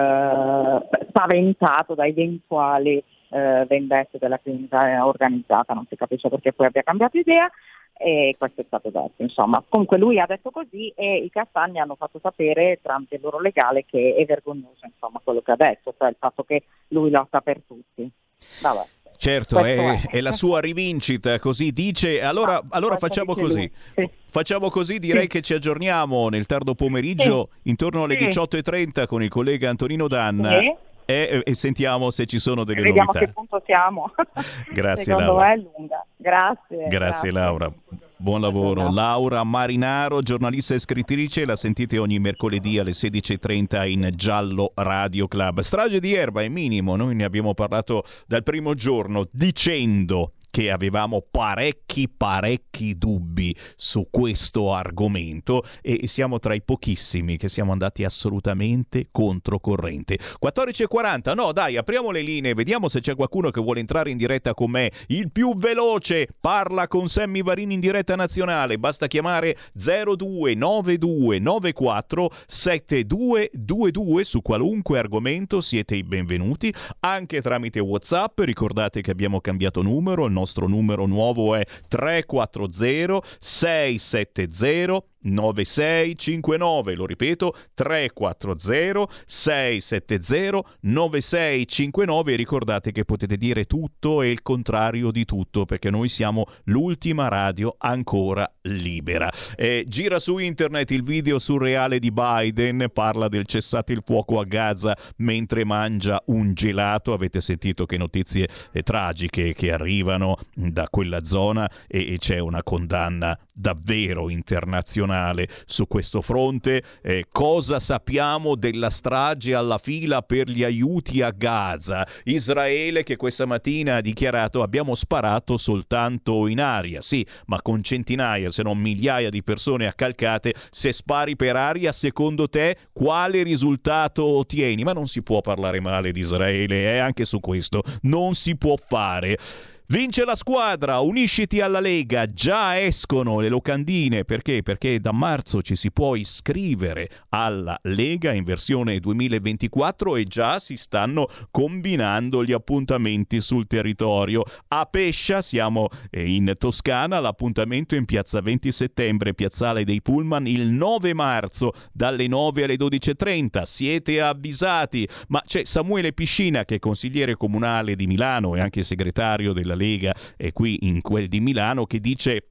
eh, spaventato da eventuali eh, vendette della criminalità organizzata. Non si capisce perché poi abbia cambiato idea, e questo è stato detto. Insomma, comunque lui ha detto così, e i Castagna hanno fatto sapere tramite il loro legale che è vergognoso, insomma, quello che ha detto, cioè il fatto che lui lotta per tutti. Vabbè. Certo, è, è. è la sua rivincita, così dice. Allora, ah, allora facciamo così. Sì. Facciamo così, direi sì. che ci aggiorniamo nel tardo pomeriggio, sì. intorno alle sì. diciotto e trenta con il collega Antonino Danna. Sì. E, e sentiamo se ci sono delle Vediamo novità. Vediamo a che punto siamo. Grazie Secondo Laura. me è lunga. Grazie. Grazie, grazie. Laura. Buon lavoro. Grazie. Laura Marinaro, giornalista e scrittrice, la sentite ogni mercoledì alle sedici e trenta in Giallo Radio Club. Strage di Erba è minimo, noi ne abbiamo parlato dal primo giorno dicendo che avevamo parecchi parecchi dubbi su questo argomento, e siamo tra i pochissimi che siamo andati assolutamente controcorrente. quattordici e quaranta, no dai, apriamo le linee, vediamo se c'è qualcuno che vuole entrare in diretta con me. Il più veloce parla con Sammy Varini in diretta nazionale, basta chiamare zero due nove due nove quattro sette due due due su qualunque argomento, siete i benvenuti, anche tramite WhatsApp. Ricordate che abbiamo cambiato numero, il nostro numero nuovo è tre quattro zero sei sette zero nove sei cinque nove, lo ripeto, tre quattro zero sei sette zero nove sei cinque nove, e ricordate che potete dire tutto e il contrario di tutto, perché noi siamo l'ultima radio ancora libera. Eh, gira su internet il video surreale di Biden, parla del cessate il fuoco a Gaza mentre mangia un gelato. Avete sentito che notizie eh, tragiche che arrivano da quella zona, e, e c'è una condanna davvero internazionale su questo fronte. Eh, cosa sappiamo della strage alla fila per gli aiuti a Gaza? Israele che questa mattina ha dichiarato: abbiamo sparato soltanto in aria. Sì, ma con centinaia se non migliaia di persone accalcate, se spari per aria, secondo te quale risultato ottieni? Ma non si può parlare male di Israele, eh? Anche su questo non si può fare. Vince la squadra, unisciti alla Lega, già escono le locandine. Perché? Perché da marzo ci si può iscrivere alla Lega in versione duemilaventiquattro, e già si stanno combinando gli appuntamenti sul territorio. A Pescia, siamo in Toscana, l'appuntamento in piazza venti settembre, piazzale dei Pullman, il nove marzo dalle nove alle dodici e trenta. Siete avvisati. Ma c'è Samuele Piscina, che è consigliere comunale di Milano e anche segretario della Lega e qui in quel di Milano, che dice: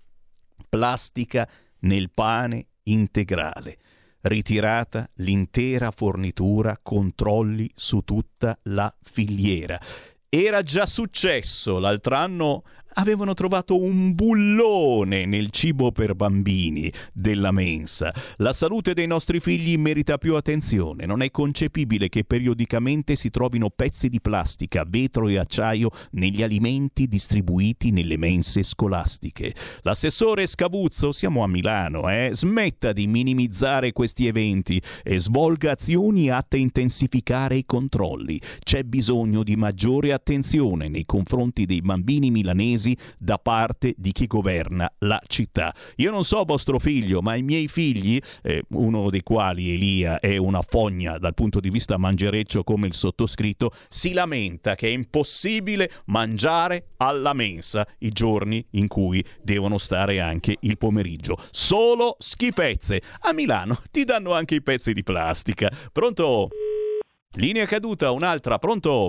plastica nel pane integrale, ritirata l'intera fornitura, controlli su tutta la filiera. Era già successo l'altro anno, avevano trovato un bullone nel cibo per bambini della mensa. La salute dei nostri figli merita più attenzione. Non è concepibile che periodicamente si trovino pezzi di plastica, vetro e acciaio negli alimenti distribuiti nelle mense scolastiche. L'assessore Scavuzzo, siamo a Milano, eh, smetta di minimizzare questi eventi e svolga azioni atte a intensificare i controlli. C'è bisogno di maggiore attenzione nei confronti dei bambini milanesi da parte di chi governa la città. Io non so vostro figlio, ma i miei figli, eh, uno dei quali, Elia, è una fogna dal punto di vista mangereccio come il sottoscritto, si lamenta che è impossibile mangiare alla mensa i giorni in cui devono stare anche il pomeriggio. Solo schifezze. A Milano ti danno anche i pezzi di plastica. Pronto? Linea caduta, un'altra. Pronto?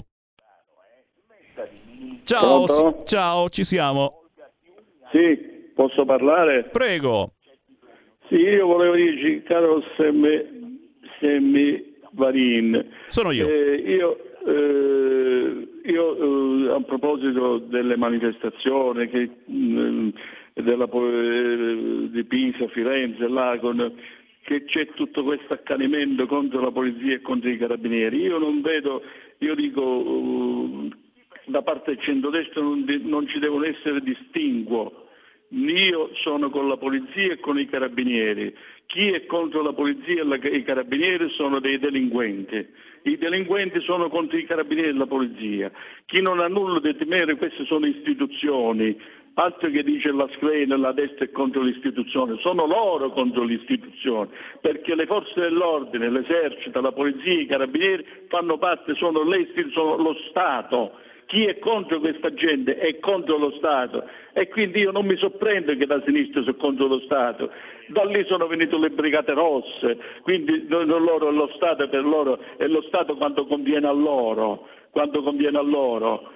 Ciao, Pronto? ciao, ci siamo. Sì, posso parlare? Prego. Sì, io volevo dirci, caro Semmi, Semmi Varin. Sono io. Eh, io, eh, io eh, a proposito delle manifestazioni che, mh, della, eh, di Pisa, Firenze, Lacon, che c'è tutto questo accanimento contro la polizia e contro i carabinieri. Io non vedo, io dico... Uh, da parte del centrodestra non, non ci devono essere distinguo Io sono con la polizia e con i carabinieri. Chi è contro la polizia e la, i carabinieri sono dei delinquenti. I delinquenti sono contro i carabinieri e la polizia. Chi non ha nulla da temere, queste sono istituzioni. Altro che dice la Sclena, la destra è contro l'istituzione, sono loro contro l'istituzione, perché le forze dell'ordine, l'esercito, la polizia, i carabinieri fanno parte, sono, le, sono lo Stato. Chi è contro questa gente è contro lo Stato, e quindi io non mi sorprendo che da sinistra sono contro lo Stato. Da lì sono venute le Brigate Rosse, quindi loro, lo Stato per loro è lo Stato quando conviene a loro, quando conviene a loro.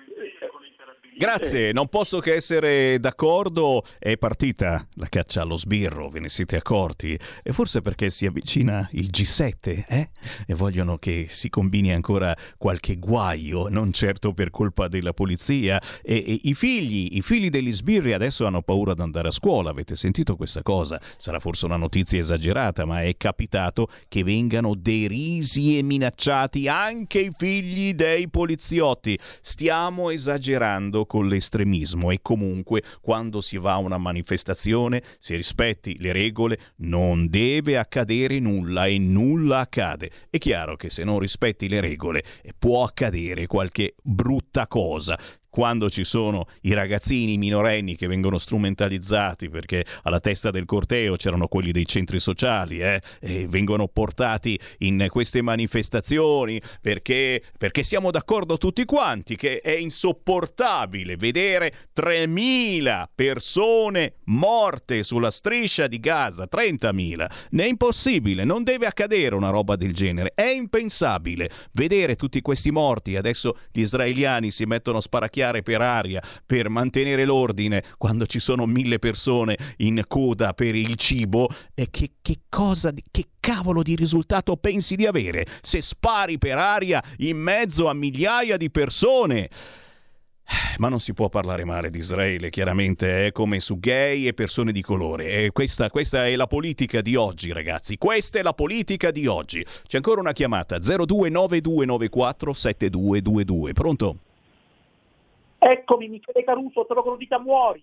Grazie, non posso che essere d'accordo. È partita la caccia allo sbirro, ve ne siete accorti? E forse perché si avvicina il G sette, eh? E vogliono che si combini ancora qualche guaio, non certo per colpa della polizia. E, e i figli, i figli degli sbirri adesso hanno paura di andare a scuola, avete sentito questa cosa? Sarà forse una notizia esagerata, ma è capitato che vengano derisi e minacciati anche i figli dei poliziotti. Stiamo esagerando con l'estremismo, e comunque quando si va a una manifestazione, se rispetti le regole, non deve accadere nulla, e nulla accade. È chiaro che se non rispetti le regole può accadere qualche brutta cosa. Quando ci sono i ragazzini minorenni che vengono strumentalizzati perché alla testa del corteo c'erano quelli dei centri sociali, eh, e vengono portati in queste manifestazioni perché, perché siamo d'accordo tutti quanti che è insopportabile vedere tremila persone morte sulla striscia di Gaza, trentamila. È impossibile, non deve accadere una roba del genere, è impensabile vedere tutti questi morti. Adesso gli israeliani si mettono a sparacchiare per aria per mantenere l'ordine quando ci sono mille persone in coda per il cibo. E che, che cosa, che cavolo di risultato pensi di avere se spari per aria in mezzo a migliaia di persone? Ma non si può parlare male di Israele, chiaramente, è come su gay e persone di colore. E questa, questa è la politica di oggi, ragazzi. Questa è la politica di oggi. C'è ancora una chiamata, zero due nove due nove quattro sette due due due. Pronto? Eccomi, Michele Caruso, troglodita muori.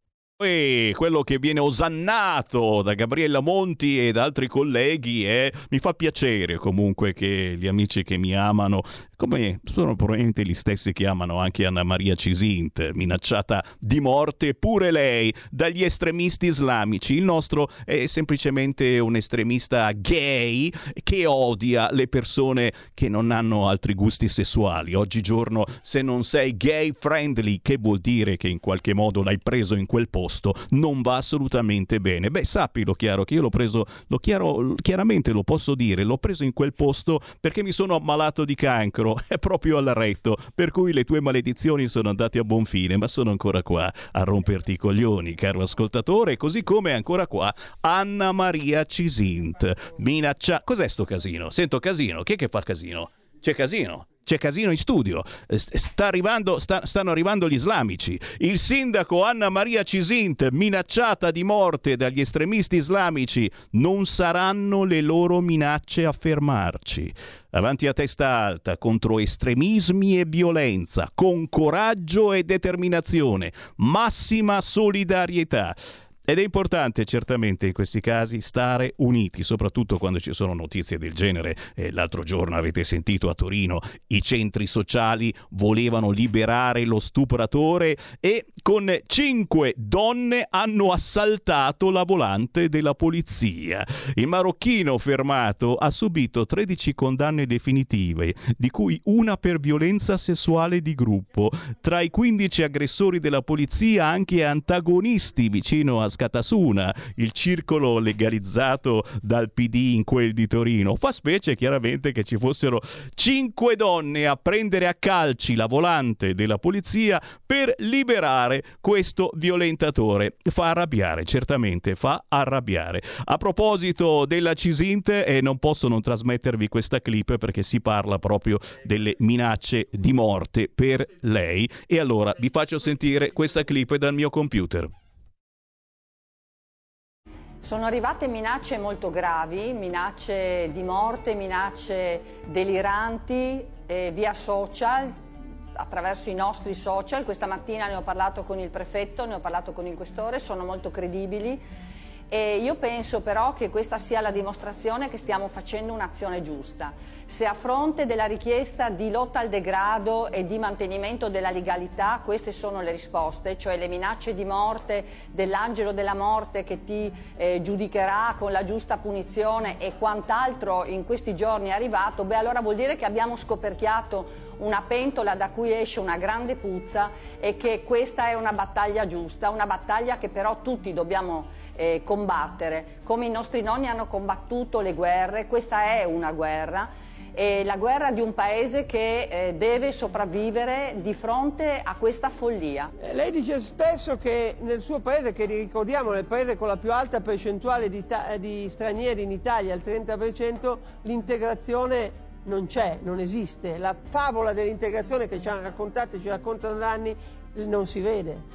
E quello che viene osannato da Gabriella Monti e da altri colleghi è, mi fa piacere comunque che gli amici che mi amano, come sono probabilmente gli stessi che amano anche Anna Maria Cisint, minacciata di morte pure lei dagli estremisti islamici. Il nostro è semplicemente un estremista gay che odia le persone che non hanno altri gusti sessuali. Oggigiorno, se non sei gay friendly, che vuol dire che in qualche modo l'hai preso in quel posto, non va assolutamente bene. Beh, sappilo chiaro che io l'ho preso, lo chiaro, chiaramente lo posso dire, l'ho preso in quel posto perché mi sono ammalato di cancro, è proprio all'arretto, per cui le tue maledizioni sono andate a buon fine, ma sono ancora qua a romperti i coglioni, caro ascoltatore, così come è ancora qua Anna Maria Cisint, minaccia... Cos'è sto casino? Sento casino, chi è che fa casino? C'è casino? C'è casino in studio, sta arrivando, sta, stanno arrivando gli islamici. Il sindaco Anna Maria Cisint, minacciata di morte dagli estremisti islamici. Non saranno le loro minacce a fermarci. Avanti a testa alta contro estremismi e violenza, con coraggio e determinazione, massima solidarietà. Ed è importante certamente in questi casi stare uniti, soprattutto quando ci sono notizie del genere. Eh, l'altro giorno avete sentito a Torino i centri sociali volevano liberare lo stupratore e con cinque donne hanno assaltato la volante della polizia. Il marocchino fermato ha subito tredici condanne definitive, di cui una per violenza sessuale di gruppo. Tra i quindici aggressori della polizia anche antagonisti vicino a Scatasuna, il circolo legalizzato dal P D in quel di Torino. Fa specie chiaramente che ci fossero cinque donne a prendere a calci la volante della polizia per liberare questo violentatore. Fa arrabbiare, certamente fa arrabbiare. A proposito della Cisint, eh, non posso non trasmettervi questa clip perché si parla proprio delle minacce di morte per lei, e allora vi faccio sentire questa clip dal mio computer. Sono arrivate minacce molto gravi, minacce di morte, minacce deliranti eh, via social, attraverso i nostri social. Questa mattina ne ho parlato con il prefetto, ne ho parlato con il questore, sono molto credibili. E io penso però che questa sia la dimostrazione che stiamo facendo un'azione giusta. Se a fronte della richiesta di lotta al degrado e di mantenimento della legalità queste sono le risposte, cioè le minacce di morte dell'angelo della morte che ti eh, giudicherà con la giusta punizione e quant'altro in questi giorni è arrivato, beh allora vuol dire che abbiamo scoperchiato una pentola da cui esce una grande puzza e che questa è una battaglia giusta, una battaglia che però tutti dobbiamo eh, combattere, come i nostri nonni hanno combattuto le guerre. Questa è una guerra, e la guerra di un paese che eh, deve sopravvivere di fronte a questa follia. Eh, lei dice spesso che nel suo paese, che ricordiamo è il paese con la più alta percentuale di, di stranieri in Italia, il trenta per cento, l'integrazione non c'è, non esiste. La favola dell'integrazione che ci hanno raccontato e ci raccontano da anni non si vede.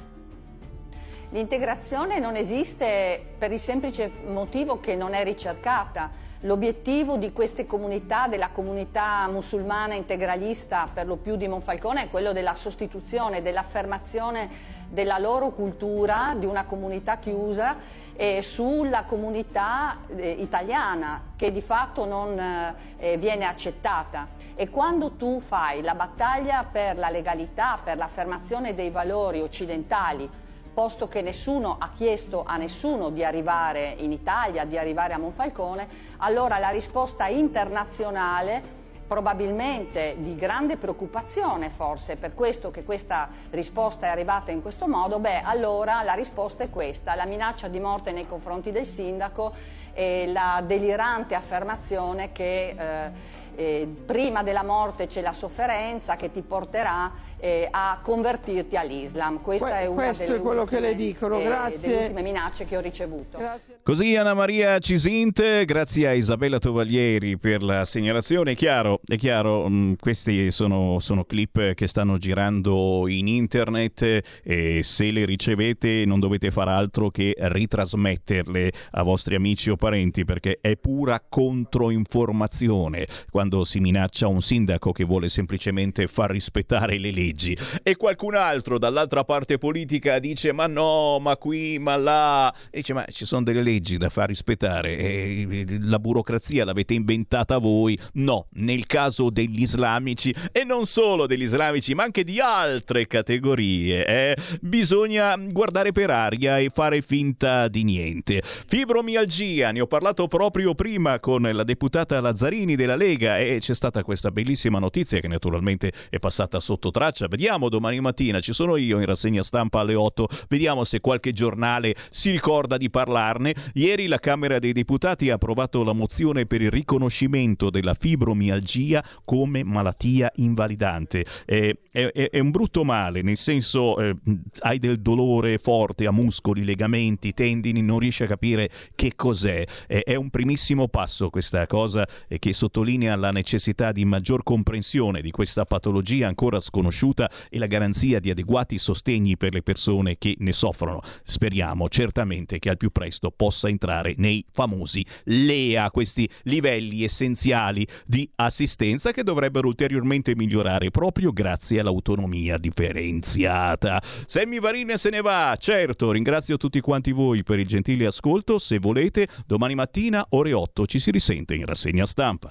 L'integrazione non esiste per il semplice motivo che non è ricercata. L'obiettivo di queste comunità, della comunità musulmana integralista per lo più di Monfalcone, è quello della sostituzione, dell'affermazione della loro cultura, di una comunità chiusa, eh, sulla comunità eh, italiana, che di fatto non eh, viene accettata. E quando tu fai la battaglia per la legalità, per l'affermazione dei valori occidentali, posto che nessuno ha chiesto a nessuno di arrivare in Italia, di arrivare a Monfalcone, allora la risposta internazionale, probabilmente di grande preoccupazione forse, per questo che questa risposta è arrivata in questo modo, beh allora la risposta è questa: la minaccia di morte nei confronti del sindaco e la delirante affermazione che eh, Eh, prima della morte c'è la sofferenza che ti porterà eh, a convertirti all'Islam. Questa que- è una questo delle è quello ultime, che le dicono. eh, Grazie. delle ultime minacce che ho ricevuto. Grazie. Così Anna Maria Cisint, grazie a Isabella Tovaglieri per la segnalazione. È chiaro, è chiaro, mh, questi sono, sono clip che stanno girando in internet e se le ricevete non dovete fare altro che ritrasmetterle a vostri amici o parenti, perché è pura controinformazione quando si minaccia un sindaco che vuole semplicemente far rispettare le leggi e qualcun altro dall'altra parte politica dice ma no, ma qui, ma là, e dice ma ci sono delle leggi da far rispettare e la burocrazia l'avete inventata voi. No, nel caso degli islamici, e non solo degli islamici ma anche di altre categorie, eh, bisogna guardare per aria e fare finta di niente. Fibromialgia, ne ho parlato proprio prima con la deputata Lazzarini della Lega e c'è stata questa bellissima notizia che naturalmente è passata sotto traccia. Vediamo domani mattina, ci sono io in rassegna stampa alle otto, vediamo se qualche giornale si ricorda di parlarne. Ieri la Camera dei Deputati ha approvato la mozione per il riconoscimento della fibromialgia come malattia invalidante. È, è, è un brutto male, nel senso eh, hai del dolore forte a muscoli, legamenti, tendini, non riesci a capire che cos'è. È, è un primissimo passo questa cosa eh, che sottolinea la necessità di maggior comprensione di questa patologia ancora sconosciuta e la garanzia di adeguati sostegni per le persone che ne soffrono. Speriamo certamente che al più presto possa entrare nei famosi L E A, questi livelli essenziali di assistenza che dovrebbero ulteriormente migliorare proprio grazie all'autonomia differenziata. Sammy Varin se ne va, certo, ringrazio tutti quanti voi per il gentile ascolto. Se volete, domani mattina ore otto ci si risente in rassegna stampa.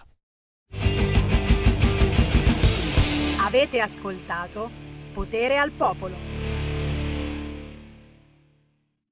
Avete ascoltato Potere al Popolo.